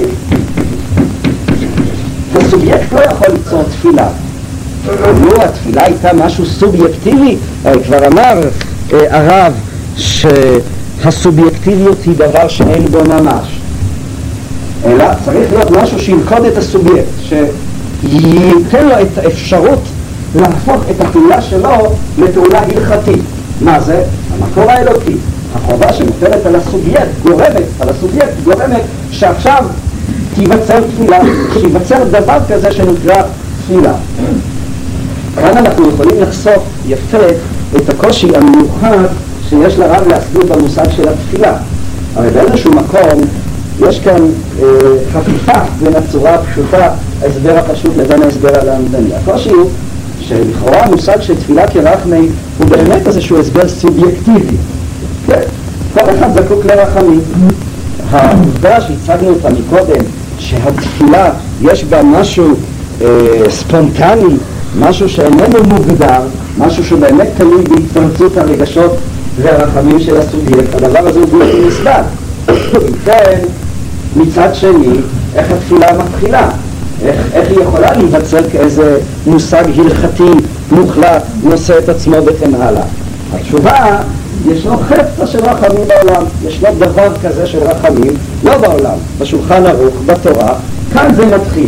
הסובייקט לא יכול ליצור תפילה. לא, התפילה הייתה משהו סובייקטיבי. כבר אמר הרב שהסובייקטיביות היא דבר שאין בו ממש, אלא צריך להיות משהו שינקוד את הסובייקט, שייתן לו את האפשרות להפוך את הפעולה שלו לפעולה הלכתית. מה זה? המקור האלוקי. החובה שמוטלת על הסובייקט גורמת שעכשיו תיווצר תפילה, שיווצר דבר כזה שנקרא תפילה. כאן אנחנו יכולים לחשוף יפה את הקושי המיוחד שיש לרב להסביר במושג של התפילה. אבל באיזשהו מקום יש כאן חפיפה בין הצורה הפשוטה, ההסבר הפשוט לבין ההסבר הלמדני. הקושי הוא שלכאורה המושג של תפילה כרחמי הוא באמת איזשהו הסבר סובייקטיבי. כן, כל אחד זקוק לרחמים. העובדה שהצגנו אותה מקודם, שהתפילה יש בה משהו ספונטני, משהו שאיננו מוגדר, משהו שבאמת תלוי בהתפרצות הרגשות והרחמים של הסובייקט, הדבר הזה הוא בלתי נסבל. כן, מצד שני, איך התפילה מתחילה? איך היא יכולה להיווצר כאיזה מושג הלכתי מוחלט, נושא את עצמו וכן הלאה? התשובה, ישנו חפצה של רחמים בעולם, ישנו דבר כזה של רחמים, לא בעולם, בשולחן ערוך, בתורה, כאן זה מתחיל.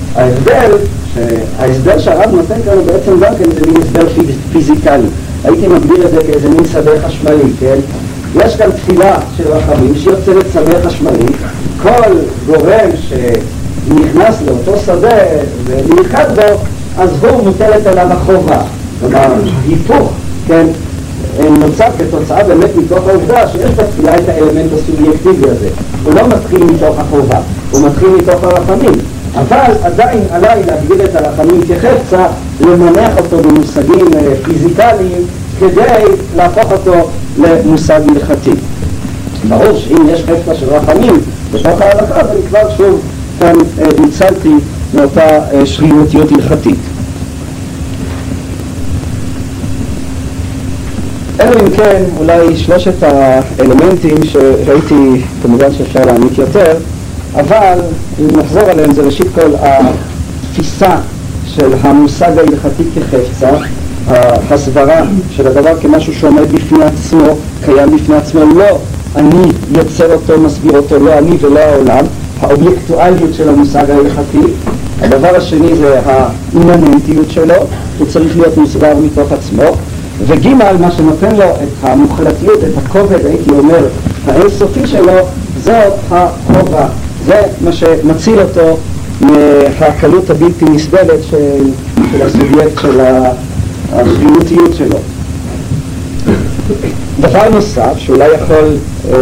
ההסבר שהרב נותן כאן הוא בעצם גם כן זה מין הסבר פיזיקלי. הייתי מגדיר את זה כאיזה מין שדה חשמלי, כן? יש כאן תפילה של רחמים שיוצרת שדה חשמלי, כל גורם שנכנס לאותו שדה ונלכד בו, אז הוא מוטלת עליו החובה. כלומר, היפוך, כן? נוצר כתוצאה באמת מתוך העובדה שיש בתפילה את האלמנט הסובייקטיבי הזה. הוא לא מתחיל מתוך החובה, הוא מתחיל מתוך הרחמים. אבל עדיין עליי להגדיר את הרחמים כחפצה, למנח אותו במושגים פיזיקליים, כדי להפוך אותו למושג הלכתי. ברור שאם יש חפצה של רחמים בתוך ההלכה, אני כבר שוב כאן ניצלתי מאותה שרירותיות הלכתית. אלו אם כן אולי שלושת האלמנטים שראיתי, כמובן שאפשר להעמיק יותר, אבל אם נחזור עליהם, זה ראשית כל התפיסה של המושג ההלכתי כחפצה, ההסברה של הדבר כמשהו שעומד בפני עצמו, קיים בפני עצמו, לא אני יוצר אותו, מסביר אותו, לא אני ולא העולם, האובייקטואליות של המושג ההלכתי. הדבר השני זה האימננטיות שלו, הוא צריך להיות מוסבר מתוך עצמו, וג' מה שנותן לו את המוחלטיות, את הכובד, הייתי אומר, האינסופי שלו, זאת החובה, זה מה שמציל אותו מהקלות הבלתי נסבלת של הסובייקט של השרירותיות שלו. דבר נוסף שאולי יכול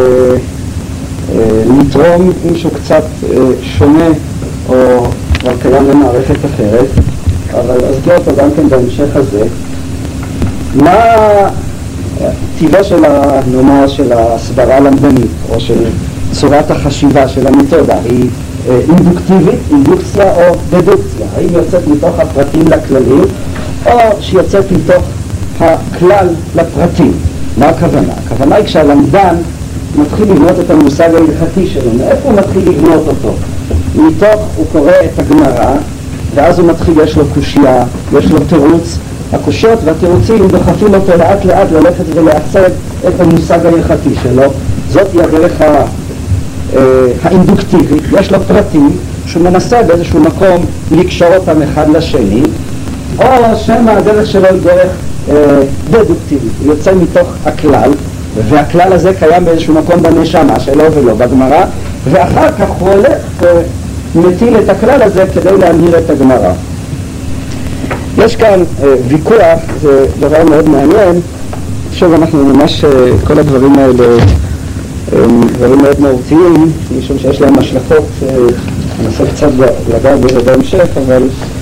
לתרום אם שהוא קצת שונה או כבר קיים למערכת אחרת, אבל אסגור אותו גם כן בהמשך הזה. מה טיבו של הנאמר של ההסברה למדנית או של צורת החשיבה של המתודה? היא אינדוקטיבית, אינדוקציה או דדוקציה? האם יוצאת מתוך הפרטים לכללים או שיוצאת מתוך הכלל לפרטים? מה הכוונה? הכוונה היא כשהלמדן מתחיל לבנות את המושג ההלכתי שלו. מאיפה הוא מתחיל לבנות אותו? מתוך הוא קורא את הגמרא, ואז הוא מתחיל, יש לו קושיה, יש לו תירוץ. הקושיות והתירוצים דוחפים אותו לאט לאט ללכת ולעצב את המושג ההלכתי שלו. זאת היא הדרך האינדוקטיבית. יש לו פרטים שהוא מנסה באיזשהו מקום לקשור אותם אחד לשני, או שמא הדרך שלו היא דרך דדוקטיבית, הוא יוצא מתוך הכלל, והכלל הזה קיים באיזשהו מקום בנשמה שלו ולא בגמרא, ואחר כך הוא הולך ומטיל את הכלל הזה כדי להנהיר את הגמרא. יש כאן ויכוח, זה דבר מאוד מעניין. עכשיו אנחנו ממש, כל הדברים האלה דברים מאוד מהותיים, משום שיש להם השלכות, ננסה קצת לגעת בזה בהמשך, אבל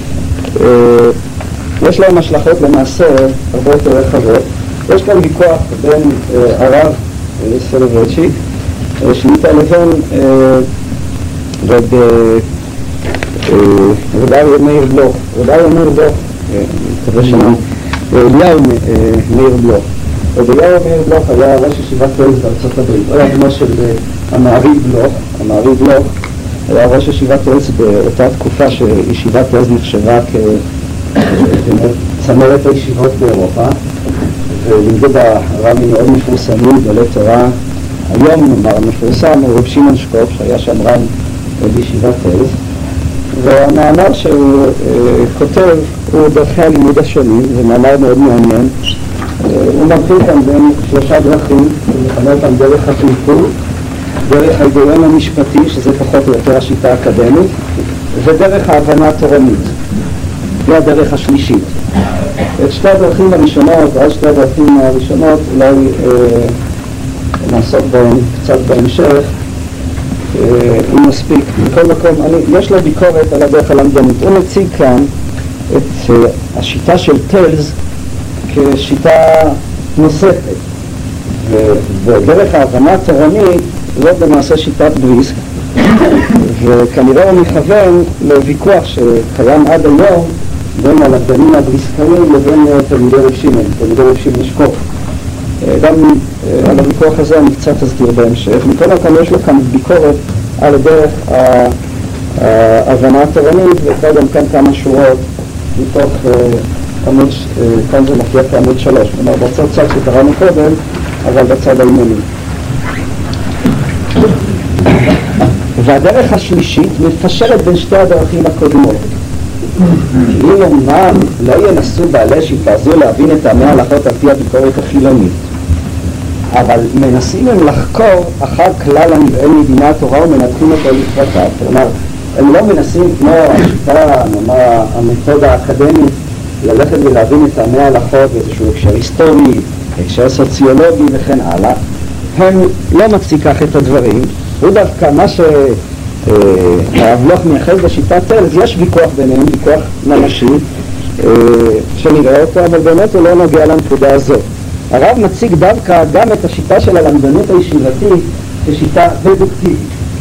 יש להם השלכות למעשה הרבה יותר רחבות. יש כאן ויכוח בין הרב סולובייצ'יק שליטה לבין רב אריה מאיר בלוך. רב אריה מאיר בלוך, מקווה שאני, אליהו מאיר בלוך. רב אליהו מאיר בלוך היה ראש ישיבת טלז בארצות הברית. הוא היה בנו של המעריב בלוך. המעריב בלוך היה ראש ישיבת טלז באותה תקופה שישיבת טלז נחשבה צמרת הישיבות באירופה, ולימדו בה רבים מאוד מפורסמים, גדולי תורה. היום נאמר מפורסם הוא רב שמעון שקוף שהיה שם רב בישיבת טלז, והמאמר שהוא כותב הוא דרכי הלימוד השונים, זה מאמר מאוד מעניין. הוא מבחין כאן בין שלושה דרכים, הוא מכנה אותם דרך הפלפול, דרך ההיגיון המשפטי, שזה פחות או יותר השיטה האקדמית, ודרך ההבנה התורנית, היא הדרך השלישית. את שתי הדרכים הראשונות, ועד שתי הדרכים הראשונות, אולי נעסוק בהן קצת בהמשך, הוא מספיק. בכל מקום, יש לו ביקורת על הדרך הלמדנית. הוא מציג כאן את השיטה של טלז כשיטה נוספת, ודרך ההבנה התורנית זאת למעשה שיטת בריסק, וכנראה הוא מכוון לוויכוח שקיים עד היום בין הלמדנים הבריסקאים לבין תלמידי רב שמעון, תלמידי רב שמעון שקוף. גם על הוויכוח הזה אני קצת אזכיר בהמשך. מכל מקום יש לו כאן ביקורת על דרך ההבנה התורנית, וכבר גם כאן כמה שורות מתוך עמוד, כאן זה מופיע כעמוד 3, כלומר בצד צד שקראנו קודם, אבל בצד הימני. והדרך השלישית מפשרת בין שתי הדרכים הקודמות. אם אומנם לא ינסו בעלי שיטה זו להבין את טעמי ההלכות על פי הביקורת החילונית, אבל מנסים הם לחקור אחר כלל הנראה מדינה התורה ומנתחים אותו לפרטיו. כלומר, הם לא מנסים כמו השיטה, המתודה האקדמית, ללכת ולהבין את טעמי ההלכות באיזשהו הקשר היסטורי, הקשר סוציולוגי וכן הלאה. הם לא מציג כך את הדברים. הוא דווקא מה שהרב בלוך מייחד בשיטת טלז, יש ויכוח ביניהם, ויכוח ממשי, שנראה אותו, אבל באמת הוא לא נוגע לנקודה הזאת. הרב מציג דווקא גם את השיטה של הלמדנות הישיבתית כשיטה דדוקטיבית.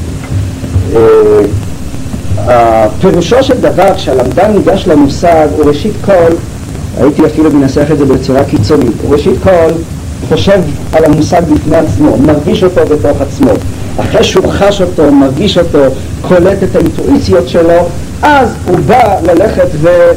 פירושו של דבר כשהלמדן ניגש למושג הוא ראשית כל, הייתי אפילו מנסח את זה בצורה קיצונית, הוא ראשית כל חושב על המושג בפני עצמו, מרגיש אותו בתוך עצמו, אחרי שהוא חש אותו, מרגיש אותו, קולט את האינטואיציות שלו, אז הוא בא ללכת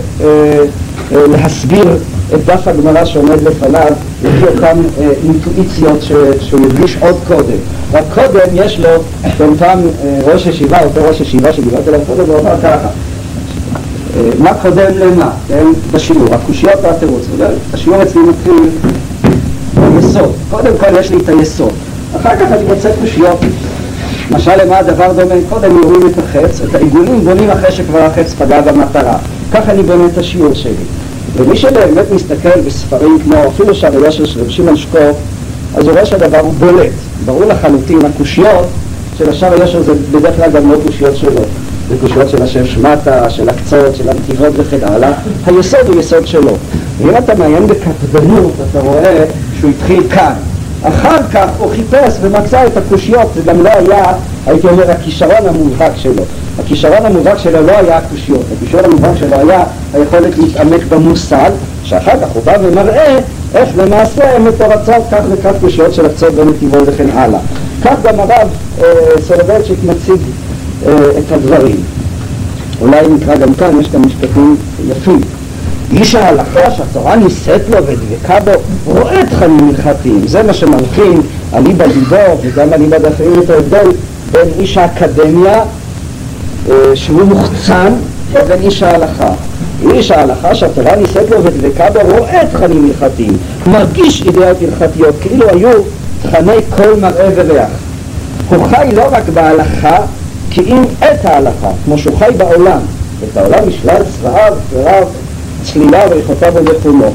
ולהסביר את דף הגמרא שעומד לפניו לפי אותן אינטואיציות שהוא הרגיש עוד קודם. רק קודם יש לו פעם ראש ישיבה, אותו ראש ישיבה שדיברתי עליו קודם, הוא אמר ככה, מה קודם למה, כן? בשיעור, הקושיות והתירוץ, השיעור אצלי מתחיל ביסוד, קודם כל יש לי את היסוד, אחר כך אני רוצה קושיות, משל למה הדבר דומה, קודם יורים את החץ, את העיגולים בונים אחרי שכבר החץ פגע במטרה, כך אני בונה את השיעור שלי. ומי שבאמת מסתכל בספרים כמו אפילו שעריה של רב שמעון שקוף, אז הוא רואה שהדבר הוא בולט, ברור לחלוטין, הקושיות של השער היושר זה בדרך כלל גם לא קושיות שלו, זה קושיות של השם שמטה, של הקצות, של הנתיבות וכן הלאה, היסוד הוא יסוד שלו. ואם אתה מעיין בקפדנות, אתה רואה שהוא התחיל כאן, אחר כך הוא חיפש ומצא את הקושיות, זה גם לא היה, הייתי אומר, הכישרון המובהק שלו. הכישרון המובהק שלו לא היה הקושיות, הכישרון המובהק שלו היה היכולת להתעמק במושג, שאחר כך הוא בא ומראה איך למעשה מתורצות כך וכך קושיות של הקצות ונתיבות וכן הלאה. כך גם הרב סולובייצ'יק מציג את הדברים. אולי נקרא גם כאן, יש כאן משפטים יפים. איש ההלכה שהתורה ניסית לו ודבקה בו רואה תכנים הלכתיים, זה מה שמלכים אליבא דיבו וגם אליבא דפעים את ההבדל בין איש האקדמיה שהוא מוחצן לבין איש ההלכה. איש ההלכה שהתורה ניסית לו ודבקה בו רואה תכנים הלכתיים, מרגיש אידאות הלכתיות כאילו היו תכני כל מראה וריח. הוא חי לא רק בהלכה כי אם את ההלכה, כמו שהוא חי בעולם, את העולם משלל צבעיו ורב צלילה וריחותיו ובכולו.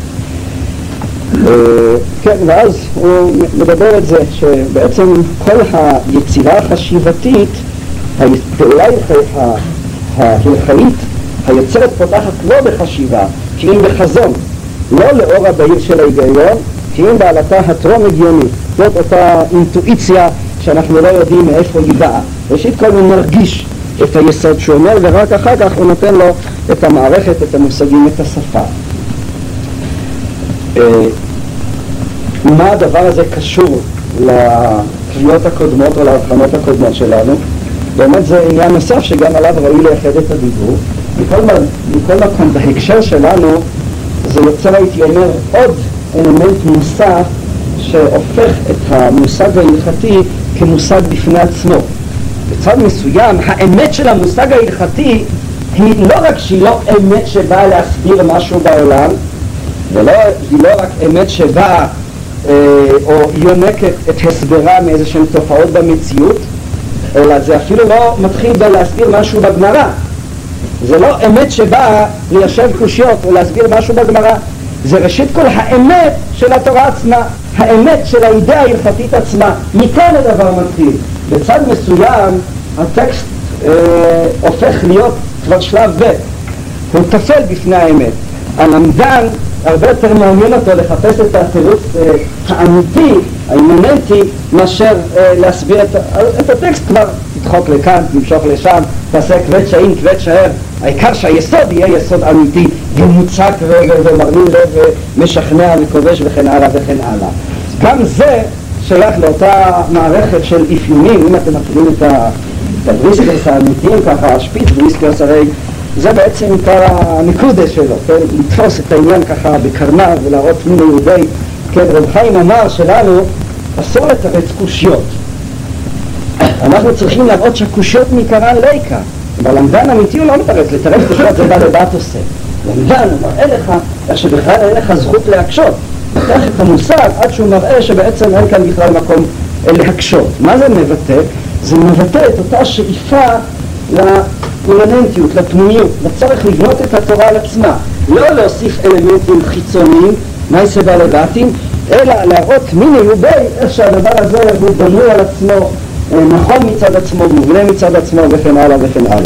כן, ואז הוא מדבר את זה שבעצם כל היצירה החשיבתית, הפעולה ההלכאית, היוצרת פותחת לא בחשיבה, כי אם בחזון, לא לאור הבהיר של ההיגיון, כי אם בעלתה הטרום הגיונית. זאת אותה אינטואיציה שאנחנו לא יודעים מאיפה היא באה. ראשית כל הוא מרגיש את היסוד שהוא אומר, ורק אחר כך הוא נותן לו את המערכת, את המושגים, את השפה. מה הדבר הזה קשור לקריאות הקודמות או להבחנות הקודמות שלנו? באמת זה עניין נוסף שגם עליו ראוי לייחד את הדיבור. מכל מקום בהקשר שלנו זה יוצר, הייתי אומר, עוד אלמנט נוסף שהופך את המושג ההלכתי כמושג בפני עצמו. בצד מסוים, האמת של המושג ההלכתי היא לא רק שהיא לא אמת שבאה להסביר משהו בעולם, היא לא רק אמת שבאה או יונקת את הסברה מאיזשהם תופעות במציאות, אלא זה אפילו לא מתחיל בלהסביר משהו בגמרא. זה לא אמת שבאה ליישב קושיות או להסביר משהו בגמרא, זה ראשית כל האמת של התורה עצמה, האמת של האידאה ההלכתית עצמה. מכאן הדבר מתחיל. בצד מסוים הטקסט הופך להיות כבר שלב ב', הוא טפל בפני האמת. הלמדן הרבה יותר מעוניין אותו לחפש את התירוץ האמיתי, האימננטי, מאשר להסביר את הטקסט. כבר תדחוק לכאן, תמשוך לשם, תעשה כבד שעין, כבד שער, העיקר שהיסוד יהיה יסוד אמיתי ומוצק ומרנין לב ומשכנע וכובש וכן הלאה וכן הלאה. גם זה שייך לאותה מערכת של אפיונים. אם אתם מכירים את הבריסקרס האמיתיים ככה, השפיץ בריסקרס, הרי זה בעצם עיקר הנקודה שלו, כן? לתפוס את העניין ככה בקרניו ולהראות מין יהודי. כן, רב חיים אמר שלנו אסור לתרץ קושיות, אנחנו צריכים להראות שהקושיות מעיקרן ליקה. בלמדן אמיתי הוא לא מתרץ, לתרץ קושיות זה בא לבת עושה. למדן הוא מראה לך איך שבכלל אין לך זכות להקשות, פותח את המושג עד שהוא מראה שבעצם אין כאן בכלל מקום להקשות. מה זה מבטא? זה מבטא את אותה שאיפה לאימננטיות, לפנימיות, לצורך לבנות את התורה על עצמה, לא להוסיף אלמנטים חיצוניים, מייסה בלבטים, אלא להראות מיני ובי איך שהדבר הזה הוא בנוי על עצמו, נכון מצד עצמו, מובנה מצד עצמו וכן הלאה וכן הלאה.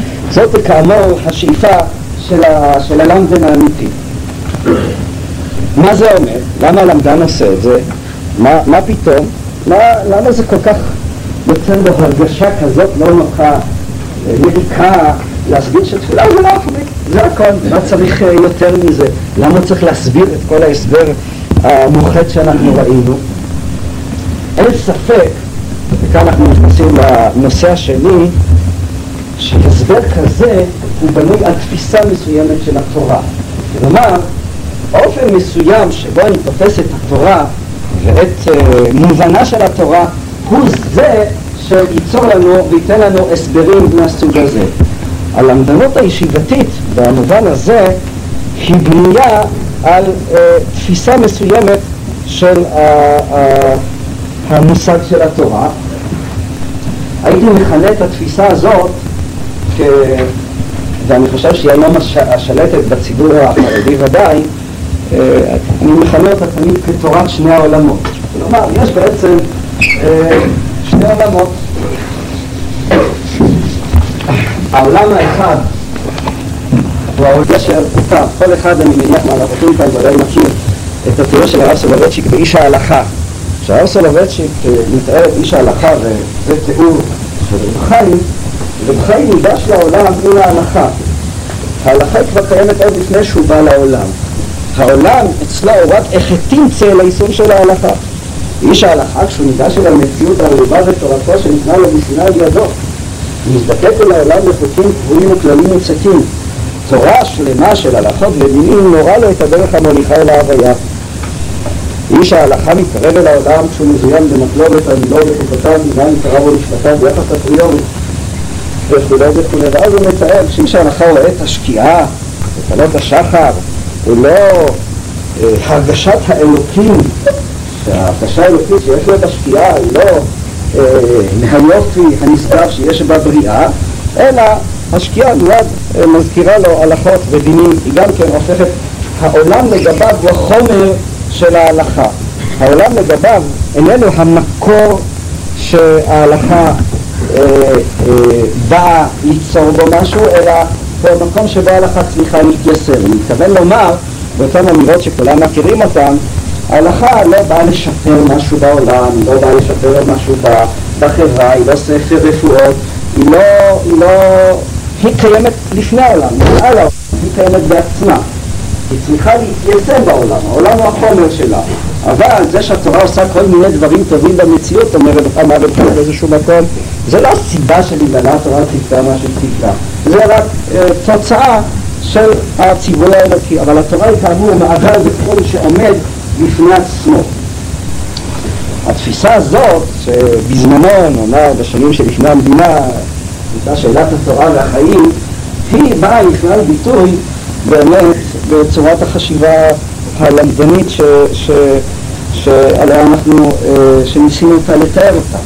זאת כאמור השאיפה של הלמדן האמיתי. מה זה אומר? למה הלמדן עושה את זה? מה פתאום? למה זה כל כך יוצא לו הרגשה כזאת לא נוחה, מעיקה, להסביר שתפילה זה לא אחרי, זה הכל, מה צריך יותר מזה? למה צריך להסביר את כל ההסבר המוחד שאנחנו ראינו? אין ספק, וכאן אנחנו נכנסים לנושא השני, שהסבר כזה הוא בנוי על תפיסה מסוימת של התורה. כלומר, אופן מסוים שבו אני תופס את התורה ואת מובנה של התורה הוא זה שייצור לנו וייתן לנו הסברים מהסוג הזה. הלמדנות הישיבתית במובן הזה היא בנויה על תפיסה מסוימת של המושג של התורה. הייתי מכנה את התפיסה הזאת ואני חושב שהיא היום השלטת בציבור החרדי ודאי, אני מכנה אותה תמיד כתורת שני העולמות. כלומר, יש בעצם שני עולמות. העולם האחד הוא העולם של אותה, כל אחד אני מניח מהלכותים כאן ודאי מכיר את התיאור של הרב סולובייצ'יק באיש ההלכה. כשהרב סולובייצ'יק מתאר את איש ההלכה וזה תיאור של רב חיים, רב חיים ניגש לעולם עם ההלכה. ההלכה כבר קיימת עוד לפני שהוא בא לעולם. העולם אצלו הוא רק החטאים צל היישום של ההלכה. איש ההלכה כשהוא ניגש אל המציאות הרובה ותורתו שניתנה לו בסיני על ידו, מזדקק אל העולם לחוקים קבועים וכללים מוצקים. תורה שלמה של הלכות ודינים נורא לו את הדרך המוליכה אל ההוויה. איש ההלכה מתקרב אל העולם כשהוא מזוין במקלובת על מילו וחוקותיו, מנהל מקרב ומשפטיו ביחס הפריורי וכו' וכו'. ואז הוא מתאר שאיש ההלכה רואה את השקיעה, את עלות השחר, הוא לא הרגשת האלוקים, שההרגשה האלוקית שיש לו בשקיעה היא לא מהיופי הנשגב שיש בבריאה, אלא השקיעה מיד מזכירה לו הלכות ודינים. היא גם כן הופכת, העולם לגביו הוא החומר של ההלכה. העולם לגביו איננו המקור שההלכה באה ליצור בו משהו, אלא הוא המקום שבו ההלכה צריכה להתייסר. אני מתכוון לומר, באותן אמירות שכולם מכירים אותן, ההלכה לא באה לשפר משהו בעולם, היא לא באה לשפר משהו בחברה, היא לא ספר רפואות, היא קיימת לפני העולם, מעל העולם, היא קיימת בעצמה. היא צריכה להתיישם בעולם, העולם הוא החומר שלה. אבל זה שהתורה עושה כל מיני דברים טובים במציאות, אומרת באיזשהו מקום, זה לא הסיבה שלגללה התורה ציוותה מה שציוותה. זה רק תוצאה של הציווי האלוקי, אבל התורה היא כאמור מעבר בכל שעומד בפני עצמו. התפיסה הזאת, שבזמנו, נאמר בשנים שלפני המדינה, הייתה שאלת התורה והחיים, היא באה לפני ביטוי באמת בצורת החשיבה הלמדנית שעליה אנחנו, שניסינו אותה לתאר אותה.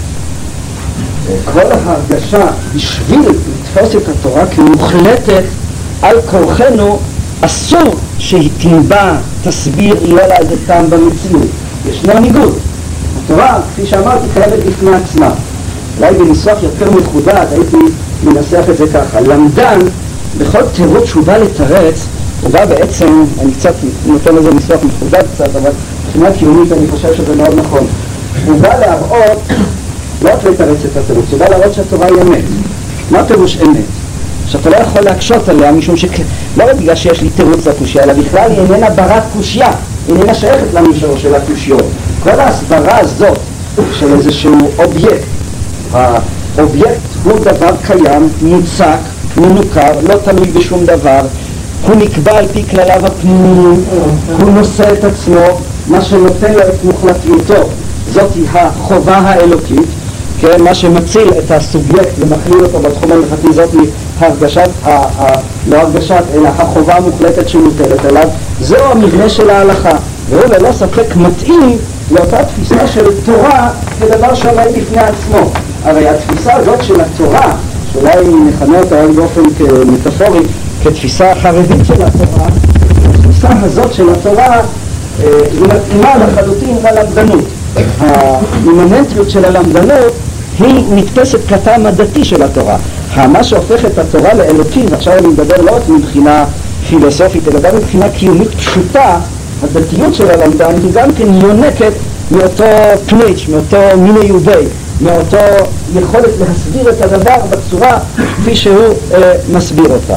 כל ההרגשה בשביל לתפוס את התורה כמוחלטת על כורחנו, אסור שהיא תנבע, תסביר, יהיה לה איזה טעם במציאות. ישנו ניגוד. התורה, כפי שאמרתי, קיימת לפני עצמה. אולי בניסוח יותר מחודד, הייתי מנסח את זה ככה. למדן, בכל תירוץ שהוא בא לתרץ, הוא בא בעצם, אני קצת נותן לזה ניסוח מחודד קצת, אבל מבחינה קיומית אני חושב שזה מאוד נכון. הוא בא להראות, לא רק לתרץ את התירוץ, הוא בא להראות שהתורה היא אמת. מה פירוש אמת? שאתה לא יכול להקשות עליה, משום שלא רק בגלל שיש לי תירוץ לקושיה, אלא בכלל היא איננה ברת קושיה, היא איננה שייכת למישור של הקושיות. כל ההסברה הזאת של איזשהו אובייקט, האובייקט הוא דבר קיים, מוצק, מנוכר, לא תלוי בשום דבר, הוא נקבע על פי כלליו הפנימיים, הוא נושא את עצמו, מה שנותן לו את מוחלטיותו, זאת היא החובה האלוקית, כן, מה שמציל את הסובייקט ומכליל אותו בתחום ההלכתי, זאת היא הרגשת, לא הרגשת, אלא החובה המוחלטת שמוטלת עליו, זהו המבנה של ההלכה, והוא ללא ספק מתאים לאותה תפיסה של תורה כדבר שעומד בפני עצמו. הרי התפיסה הזאת של התורה, שאולי נכנה אותה באופן מטאפורי כתפיסה החרדית של התורה, התפיסה הזאת של התורה היא מתאימה לחלוטין ללמדנות. האימננטיות של הלמדנות היא נתפסת כטעם הדתי של התורה. מה שהופך את התורה לאלוקית, ועכשיו אני מדבר לא רק מבחינה פילוסופית, אלא גם מבחינה קיומית פשוטה, הדתיות של הלמדן היא גם כן יונקת מאותו פניץ', מאותו מיני יהודי, מאותו יכולת להסביר את הדבר בצורה כפי שהוא מסביר אותה.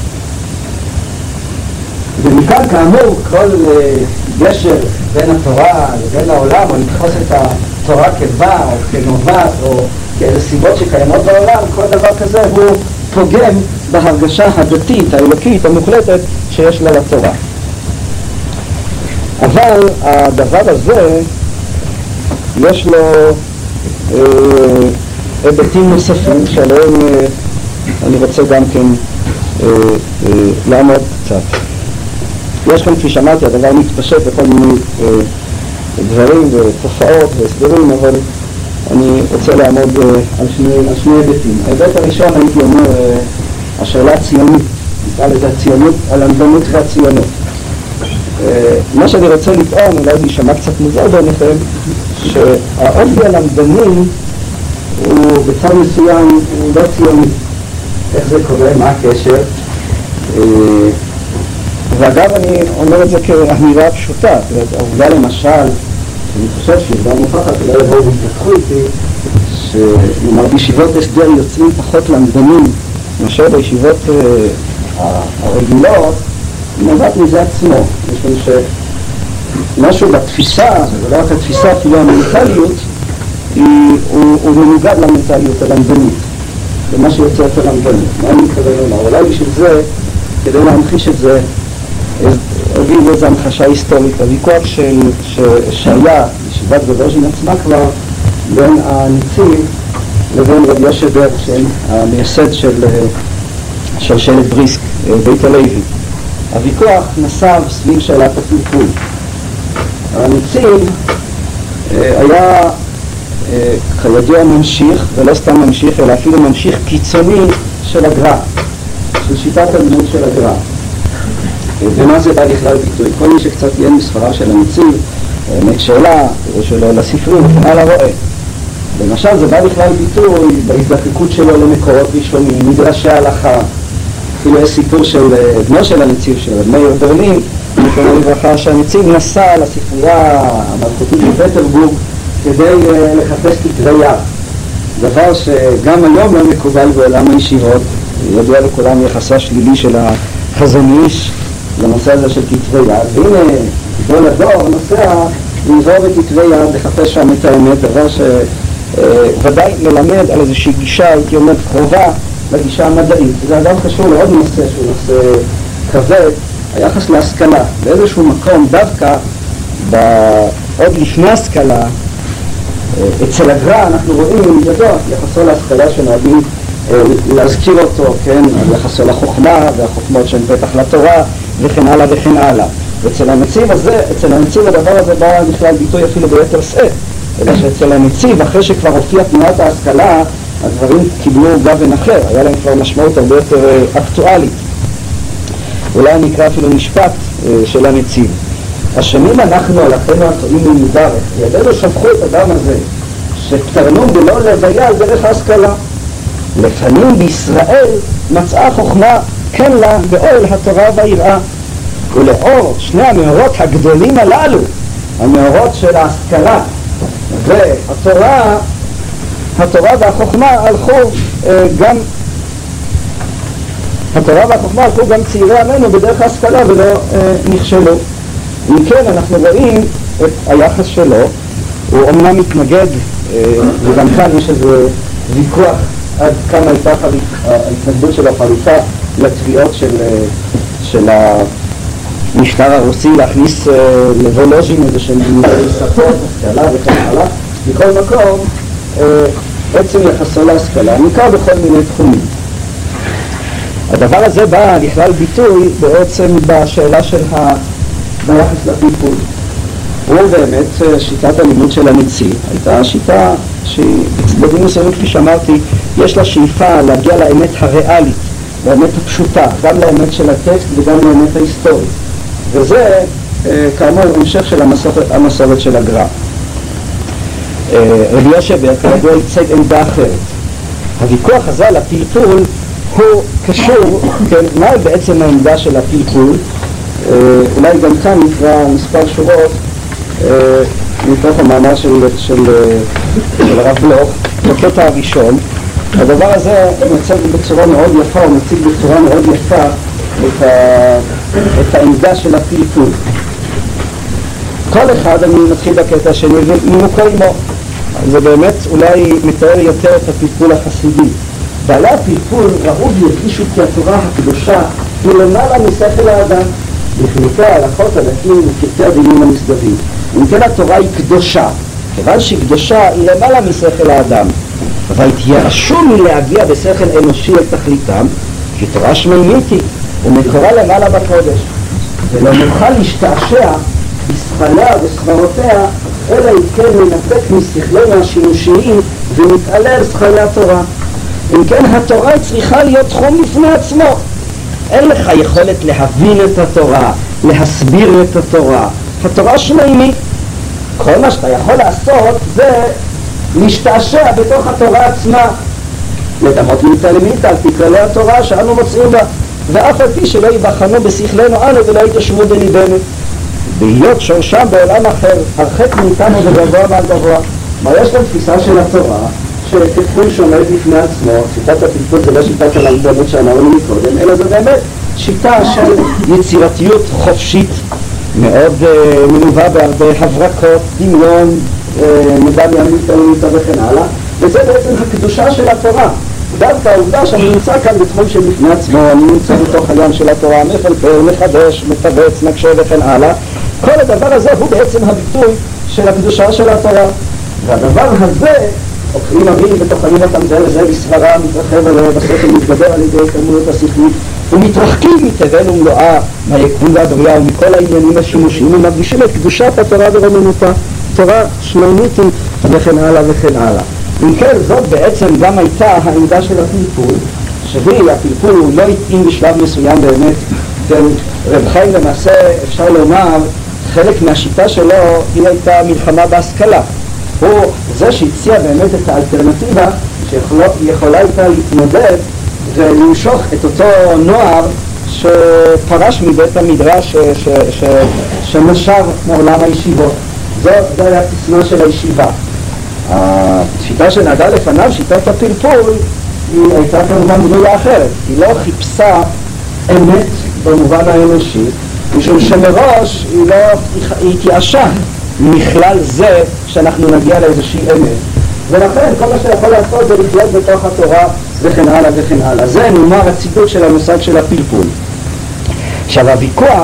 ומכאן כאמור כל גשר בין התורה לבין העולם, או לתפוס את התורה כבא או כנובעת או כאיזה סיבות שקיימות בעולם, כל דבר כזה הוא פוגם בהרגשה הדתית, האלוקית, המוחלטת שיש לה לתורה. אבל הדבר הזה יש לו היבטים נוספים שעליהם אני רוצה גם כן לעמוד קצת. יש כאן, כפי שאמרתי, הדבר מתפשט בכל מיני דברים ותופעות והסברים, אבל אני רוצה לעמוד על שני היבטים. ההיבט הראשון הייתי אומר השאלה הציונית, נקרא לזה הציונות, הלמדנות והציונות. מה שאני רוצה לטעון, אולי להישמע קצת מוזר בעיניכם, שהאופי הלמדני הוא בצד מסוים הוא לא ציוני. איך זה קורה? מה הקשר? ואגב אני אומר את זה כאמירה פשוטה, העובדה למשל, אני חושב שעובדה מוכחת, אולי יבואו והתפתחו איתי, שנאמר בישיבות הסדר יוצאים פחות למדנים מאשר בישיבות הרגילות, נובעת מזה עצמו, משום שמשהו בתפיסה, ולא רק התפיסה, אפילו המנטליות, הוא מנוגד למנטליות הלמדנית, ומה שיוצא את הלמדנית. מה אני מתכוון לומר? אולי בשביל זה, כדי להמחיש את זה, אגיד איזו המחשה היסטורית, הוויכוח שהיה בישיבת וולוז'ין עצמה כבר בין הנציב לבין רבי יוסף ברקשטיין, המייסד של שלשלת בריסק, בית הלוי. הוויכוח נסב סביב שאלת הפלפול. הנציב היה כידוע ממשיך, ולא סתם ממשיך, אלא אפילו ממשיך קיצוני של הגר"א, של שיטת הלימוד של הגר"א. ומה זה בא לכלל ביטוי? כל מי שקצת יהיה מספרה של הנציב, באמת שאלה, או שלו לספרים, וכן הלאה רואה. למשל זה בא לכלל ביטוי בהזדקקות שלו למקורות ראשונים, מדרשי ההלכה. אפילו יש סיפור של בנו של הנציב, של מאיר ברלין, זיכרונו לברכה, שהנציב נסע לספרייה המלכותית בפטרבורג כדי לחפש כתבי יד. דבר שגם היום לא מקובל בעולם הישיבות, ידוע לכולם יחסה שלילי של החזון איש לנושא הזה של כתבי יד. והנה, גדול הדור נוסע לעבור בכתבי יד, לחפש שם את האמת, דבר שוודאי מלמד על איזושהי גישה, הייתי אומר, קרובה לגישה המדעית. זה אדם קשור לעוד נושא שהוא נושא כבד, היחס להשכלה. באיזשהו מקום דווקא, עוד לפני השכלה, אצל הגר"א אנחנו רואים ידוע יחסו להשכלה שנוהגים להזכיר אותו, כן, יחסו לחוכמה והחוכמות שהן פתח לתורה וכן הלאה וכן הלאה. ואצל הנציב הזה, אצל הנציב הדבר הזה בא בכלל ביטוי אפילו ביתר שאת, אלא שאצל הנציב אחרי שכבר הופיע תנועת ההשכלה הדברים קיבלו גוון אחר, היה להם כבר משמעות הרבה יותר אקטואלית. אולי אני אקרא אפילו משפט של הנציב. השנים אנחנו על אחינו הטועים ממודרך, ידינו שפכו את הדם הזה שתרנו בלא לוויה על דרך ההשכלה. לפנים בישראל מצאה חוכמה כן לה באוהל התורה והיראה, ולאור שני המאורות הגדולים הללו, המאורות של ההשכלה והתורה והחוכמה הלכו גם גם צעירי עמנו בדרך ההשכלה ולא נכשלו. אם כן, אנחנו רואים את היחס שלו, הוא אומנם מתנגד, וגם כאן יש איזה ויכוח עד כמה הייתה ההתנגדות של החריפה לתביעות של המשטר הרוסי להכניס לוולוז'ין איזה שהם לימודי שפות, השכלה וכן הלאה. בכל מקום, עצם יחסו להשכלה ניכר בכל מיני תחומים. הדבר הזה בא לכלל ביטוי בעצם בשאלה של ביחס לפלפול. ובאמת שיטת הלימוד של הנציב הייתה שיטה שבצדדים מסוימים, כפי שאמרתי, יש לה שאיפה להגיע לאמת הריאלית, לאמת הפשוטה, גם לאמת של הטקסט וגם לאמת ההיסטורית. וזה כאמור המשך של המסורת של הגר"א. רבי יוסף כידוע ייצג עמדה אחרת. הוויכוח הזה על הפלפול הוא קשור, כן, מה בעצם העמדה של הפלפול? אולי גם כאן נקרא מספר שורות מתוך המאמר של הרב בלוך בקטע הראשון. הדבר הזה מציג בצורה מאוד יפה, הוא מציג בצורה מאוד יפה את העמדה של הפלפול. כל אחד, אני מתחיל בקטע השני ומנוקו עמו. זה באמת אולי מתאר יותר את הפלפול החסידי. בעלי הפלפול ראו והרגישו כי התורה הקדושה היא למעלה משכל האדם, בפרטי ההלכות, הדתיים ופרטי הדינים המסדרים. אם כן התורה היא קדושה, כיוון שהיא קדושה היא למעלה משכל האדם, אבל התייאשו מלהגיע בשכל אנושי אל תכליתם, כי תורה שמיימית היא ומקורה למעלה בקודש, ולא נוכל להשתעשע בשכליה וסברותיה, אלא אם כן מנתק משכלנו השימושיים ומתעלה על שכלי התורה. אם כן התורה צריכה להיות תחום בפני עצמו. אין לך יכולת להבין את התורה, להסביר את התורה. התורה שמיימית. כל מה שאתה יכול לעשות זה להשתעשע בתוך התורה עצמה, לדמות מתעלמית על פי כללי התורה שאנו מוצאים בה, ואף על פי שלא ייבחנו בשכלנו אנו ולא יתיישבו בליבנו, בהיות שורשם בעולם אחר, הרחק מאיתנו וגבוה מעל גבוה. מה יש לתפיסה של התורה שפלפול שעומד בפני עצמו? שיטת הפלפול זה לא שיטת הלמדנות שאמרנו מקודם, אלא זה באמת שיטה של יצירתיות חופשית מאוד מלווה בהרבה הברקות, דמיון, מדע ימית אלוהיתה וכן הלאה, וזה בעצם הקדושה של התורה. דווקא העובדה שאני נמצא כאן בתחום שבפני עצמו, אני נמצא בתוך הים של התורה, מפלפל, מחדש, מפבץ, מקשה וכן הלאה. כל הדבר הזה הוא בעצם הביטוי של הקדושה של התורה. והדבר הזה, עוקרים אבים ותוכנים אותם זה לזה בסברה, מתרחב עליהם, בסוף הוא מתגבר על ידי התאמנות השכלית, ומתרחקים מתבל ומלואה מהיקום והבריאה ומכל העניינים השימושיים, ומרגישים את קדושת התורה ורוממותה, תורה שמיימית וכן הלאה וכן הלאה. אם כן, זאת בעצם גם הייתה העמדה של הפלפול, הפלפול הוא לא התאים בשלב מסוים באמת. רב חיים למעשה אפשר לומר, חלק מהשיטה שלו היא הייתה מלחמה בהשכלה. הוא זה שהציע באמת את האלטרנטיבה שיכולה הייתה להתמודד ולמשוך את אותו נוער שפרש מבית המדרש שנשר מעולם הישיבות. זו היה תסמה של הישיבה. השיטה שנהגה לפניו, שיטת הפלפול, היא הייתה כמובן בנויה אחרת. היא לא חיפשה אמת במובן האנושי, משום שמראש היא התייאשה מכלל זה שאנחנו נגיע לאיזושהי אמת. ולכן כל מה שאתה יכול לעשות זה לחיות בתוך התורה וכן הלאה וכן הלאה. זה נאמר הציטוט של המושג של הפלפול. עכשיו הוויכוח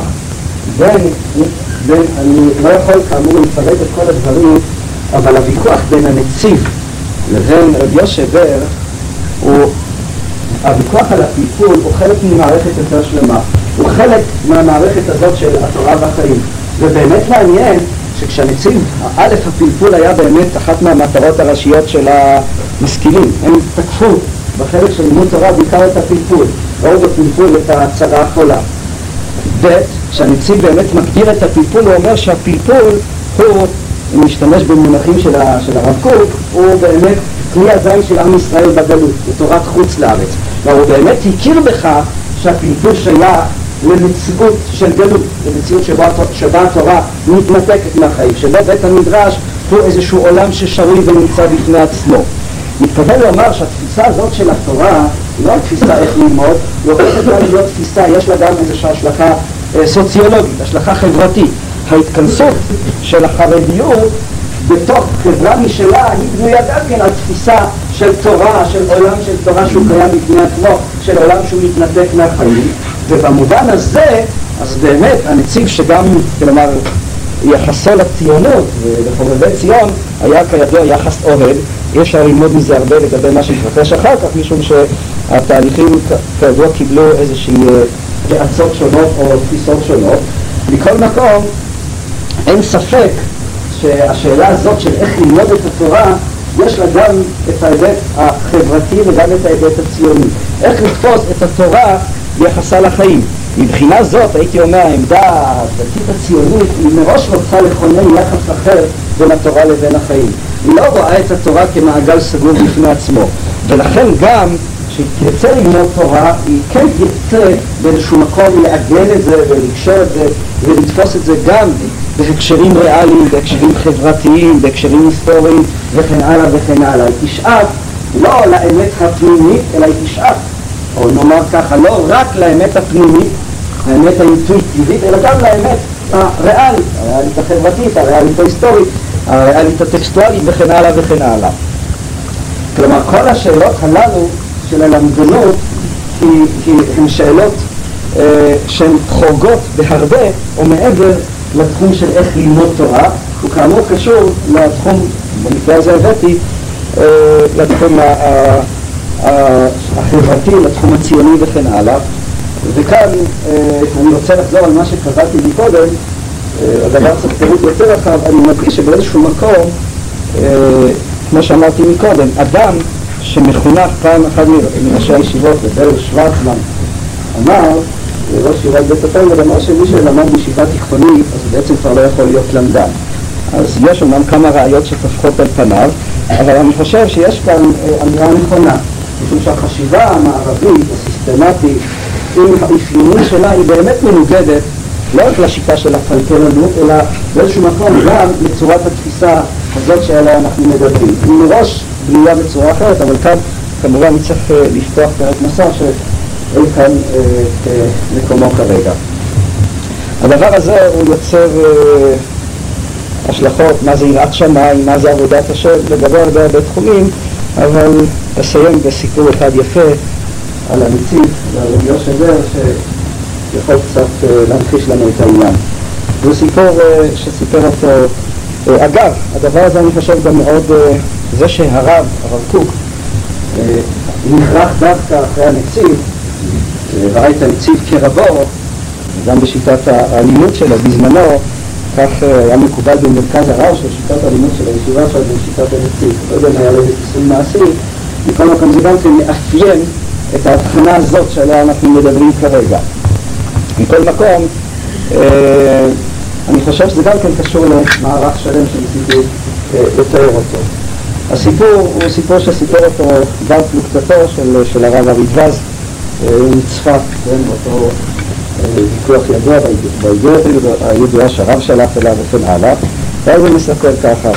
אני לא יכול כאמור לפרט את כל הדברים, אבל הוויכוח בין הנציב לבין רב יוסף בר, הוויכוח על הפלפול הוא חלק ממערכת יותר שלמה, הוא חלק מהמערכת הזאת של התורה והחיים. ובאמת מעניין שכשהנציב, א' הפלפול היה באמת אחת מהמטרות הראשיות של המשכילים. הם תקפו בחלק של לימוד תורה בעיקר את הפלפול, ראו בפלפול את הצרה החולה. ב' כשהנציב באמת מגדיר את הפלפול, הוא אומר שהפלפול הוא משתמש במונחים של הרב קוק, הוא באמת כלי הזין של עם ישראל בגלות, בתורת חוץ לארץ. והוא באמת הכיר בכך שהפלפול שייך למציאות של גלות, למציאות שבה התורה מתנתקת מהחיים, שבה בית המדרש הוא איזשהו עולם ששרוי ונמצא בפני עצמו. מתכוון לומר שהתפיסה הזאת של התורה היא לא תפיסה איך ללמוד, היא הופכת גם להיות תפיסה, יש לה גם איזושהי השלכה סוציולוגית, השלכה חברתית. ההתכנסות של החרדיות בתוך חברה משלה היא בנויה גם כן על תפיסה של תורה, של עולם של תורה שהוא קיים בפני עצמו, של עולם שהוא מתנתק מהחיים. ובמובן הזה, אז באמת הנציב שגם, כלומר, יחסו לציונות ולחובבי ציון היה כידוע יחס אוהד. אי אפשר ללמוד מזה הרבה לגבי מה שהתרחש אחר כך, משום שהתהליכים כידוע קיבלו איזושהי דעצות שונות או תפיסות שונות. מכל מקום, אין ספק שהשאלה הזאת של איך ללמוד את התורה, יש לה גם את ההיבט החברתי וגם את ההיבט הציוני. איך לתפוס את התורה ביחסה לחיים. מבחינה זאת, הייתי אומר, העמדה הדתית הציונית היא מראש רוצה לכונן יחס אחר בין התורה לבין החיים. היא לא רואה את התורה כמעגל סגור בפני עצמו. ולכן גם שתרצה ללמוד תורה, היא כן תרצה באיזשהו מקום לעגן את זה ולקשר את זה ולתפוס את זה גם בהקשרים ריאליים, בהקשרים חברתיים, בהקשרים היסטוריים וכן הלאה וכן הלאה. היא תשאף לא לאמת הפנימית, אלא היא תשאף, או נאמר ככה, לא רק לאמת הפנימית, האמת האינטואיטיבית, אלא גם לאמת הריאלית, הריאלית החברתית, הריאלית ההיסטורית, הריאלית הטקסטואלית וכן הלאה וכן הלאה. כלומר, כל השאלות הללו של הלמדנות הן שאלות שהן חורגות בהרבה או מעבר לתחום של איך ללמוד תורה, וכאמור קשור לתחום, במקרה הזה הבאתי, לתחום החברתי, לתחום הציוני וכן הלאה. וכאן אני רוצה לחזור על מה שקראתי מקודם, הדבר צריך פירוט יותר רחב. אני מדגיש שבאיזשהו מקום, כמו שאמרתי מקודם, אדם שמחונך, פעם אחד מראשי הישיבות, ברל שוורצמן, אמר, ראש ישיבת בית התלמוד, אמר שמי שלמד בישיבה תיכונית, אז בעצם כבר לא יכול להיות למדן. אז יש אומנם כמה ראיות שטפחות על פניו, אבל אני חושב שיש כאן אמירה נכונה, משום שהחשיבה המערבית, הסיסטמטית, עם האפיונים שלה היא באמת מנוגדת לא רק לשיטה של הפלטרנות, אלא באיזשהו מקום גם לצורת התפיסה הזאת שעליה אנחנו מדברים. היא מראש בנויה בצורה אחרת, אבל כאן כמובן נצטרך לפתוח פרק נוסף שאין כאן מקומו כרגע. הדבר הזה הוא יוצר השלכות, מה זה יראת שמיים, מה זה עבודת השם, לגבי הרבה תחומים, אבל אסיים בסיפור אחד יפה על הנציב, על רבי יהושע בר, שיכול קצת להמחיש לנו את העניין. זה סיפור שסיפר אותו. אגב, הדבר הזה אני חושב גם מאוד, זה שהרב קוק, נכרח דווקא אחרי הנציב, וראה את הנציב כרבו, גם בשיטת הלימוד שלו בזמנו, כך היה מקובל במרכז הרב של שיטת הלימוד של הישיבה שלו בשיטת הנציב. לא יודע אם היה לזה קיסום מעשי, מכל מקום זה גם כן מאפיין את ההבחנה הזאת שעליה אנחנו מדברים כרגע. מכל מקום, אני חושב שזה גם כן קשור למערך שלם שניסיתי לתאר אותו. הסיפור הוא סיפור שסיפר אותו בר פלוגתתו של הרב ארידב"ז מצפת, אותו ויכוח ידוע בידיעה שהרב שלח אליו וכן הלאה. ואז הוא מספר ככה,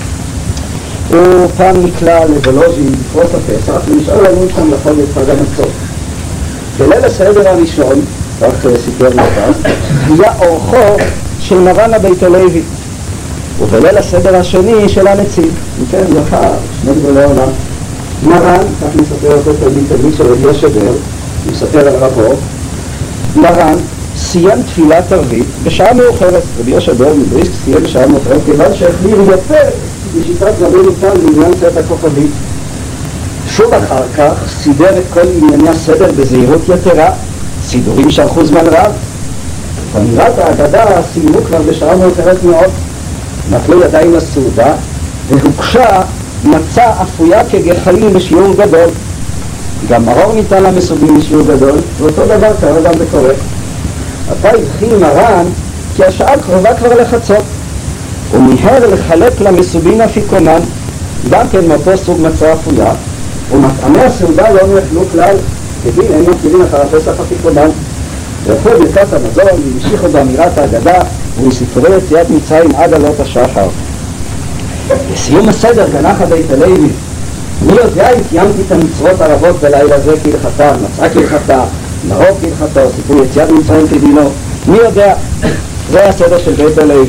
הוא פעם נקלע לבולוז'ין בפרוס הפסח ונשאל לנו שם לאכול את חג המצות. בליל הסדר הראשון, כך סיפר נפס, היה אורחו של מרן הבית הלוי, ובליל הסדר השני של הנציב. כן, זכה, שני גדולי עולם. מרן, כך מספר אותו תלמיד של רבי יהושע בר, הוא מספר על רבו, מרן סיים תפילת ערבית בשעה מאוחרת. רבי יהושע בר מבריסק סיים בשעה מאוחרת כיוון שהחמיר יפה בשיטת רבינו תם לעניין צאת הכוכבית. שוב אחר כך סידר את כל ענייני הסדר בזהירות יתרה, סידורים שארכו זמן רב. חמירת ההגדה סיימו כבר בשעה מאוחרת מאוד, נפלו ידיים לסעודה והוגשה מצה אפויה כגחלים בשיעור גדול. גם מרור ניתן למסובים בשיעור גדול, ואותו דבר קרה גם בקורא. עתה הבחין מרן כי השעה קרובה כבר לחצות, ומיהר לחלק למסובין אפיקומן, גם כן מאותו סוג מצה אפויה, ומטעמי הסעודה לא נאכלו כלל, כדין אין מכירים אחר הפסח אפיקומן. ואכלו ברכת המזון והמשיכו באמירת ההגדה ומסיפורי יציאת מצרים עד עלות השחר. בסיום הסדר גנח הבית הלוי, מי יודע אם קיימתי את המצוות הרבות בלילה זה כהלכתה, מצה כהלכתה, מרור כהלכתה, סיפור יציאת מצרים כדינו, מי יודע? זה הסדר של בית הלוי.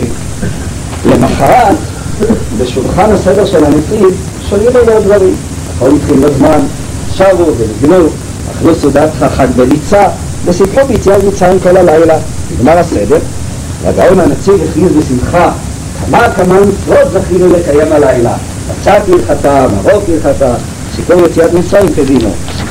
למחרת, בשולחן הסדר של הנציב, שואלים עליו דברים. הכל התחיל בזמן, שבו ונגנו, אכלו סעודת חג בליצה, וסיפרו ביציאת מצרים כל הלילה. נגמר הסדר, והגאון הנציב הכריז בשמחה, כמה מצוות זכינו לקיים הלילה. מצה כהלכתה, מרור כהלכתה, סיפור יציאת מצרים כדינו.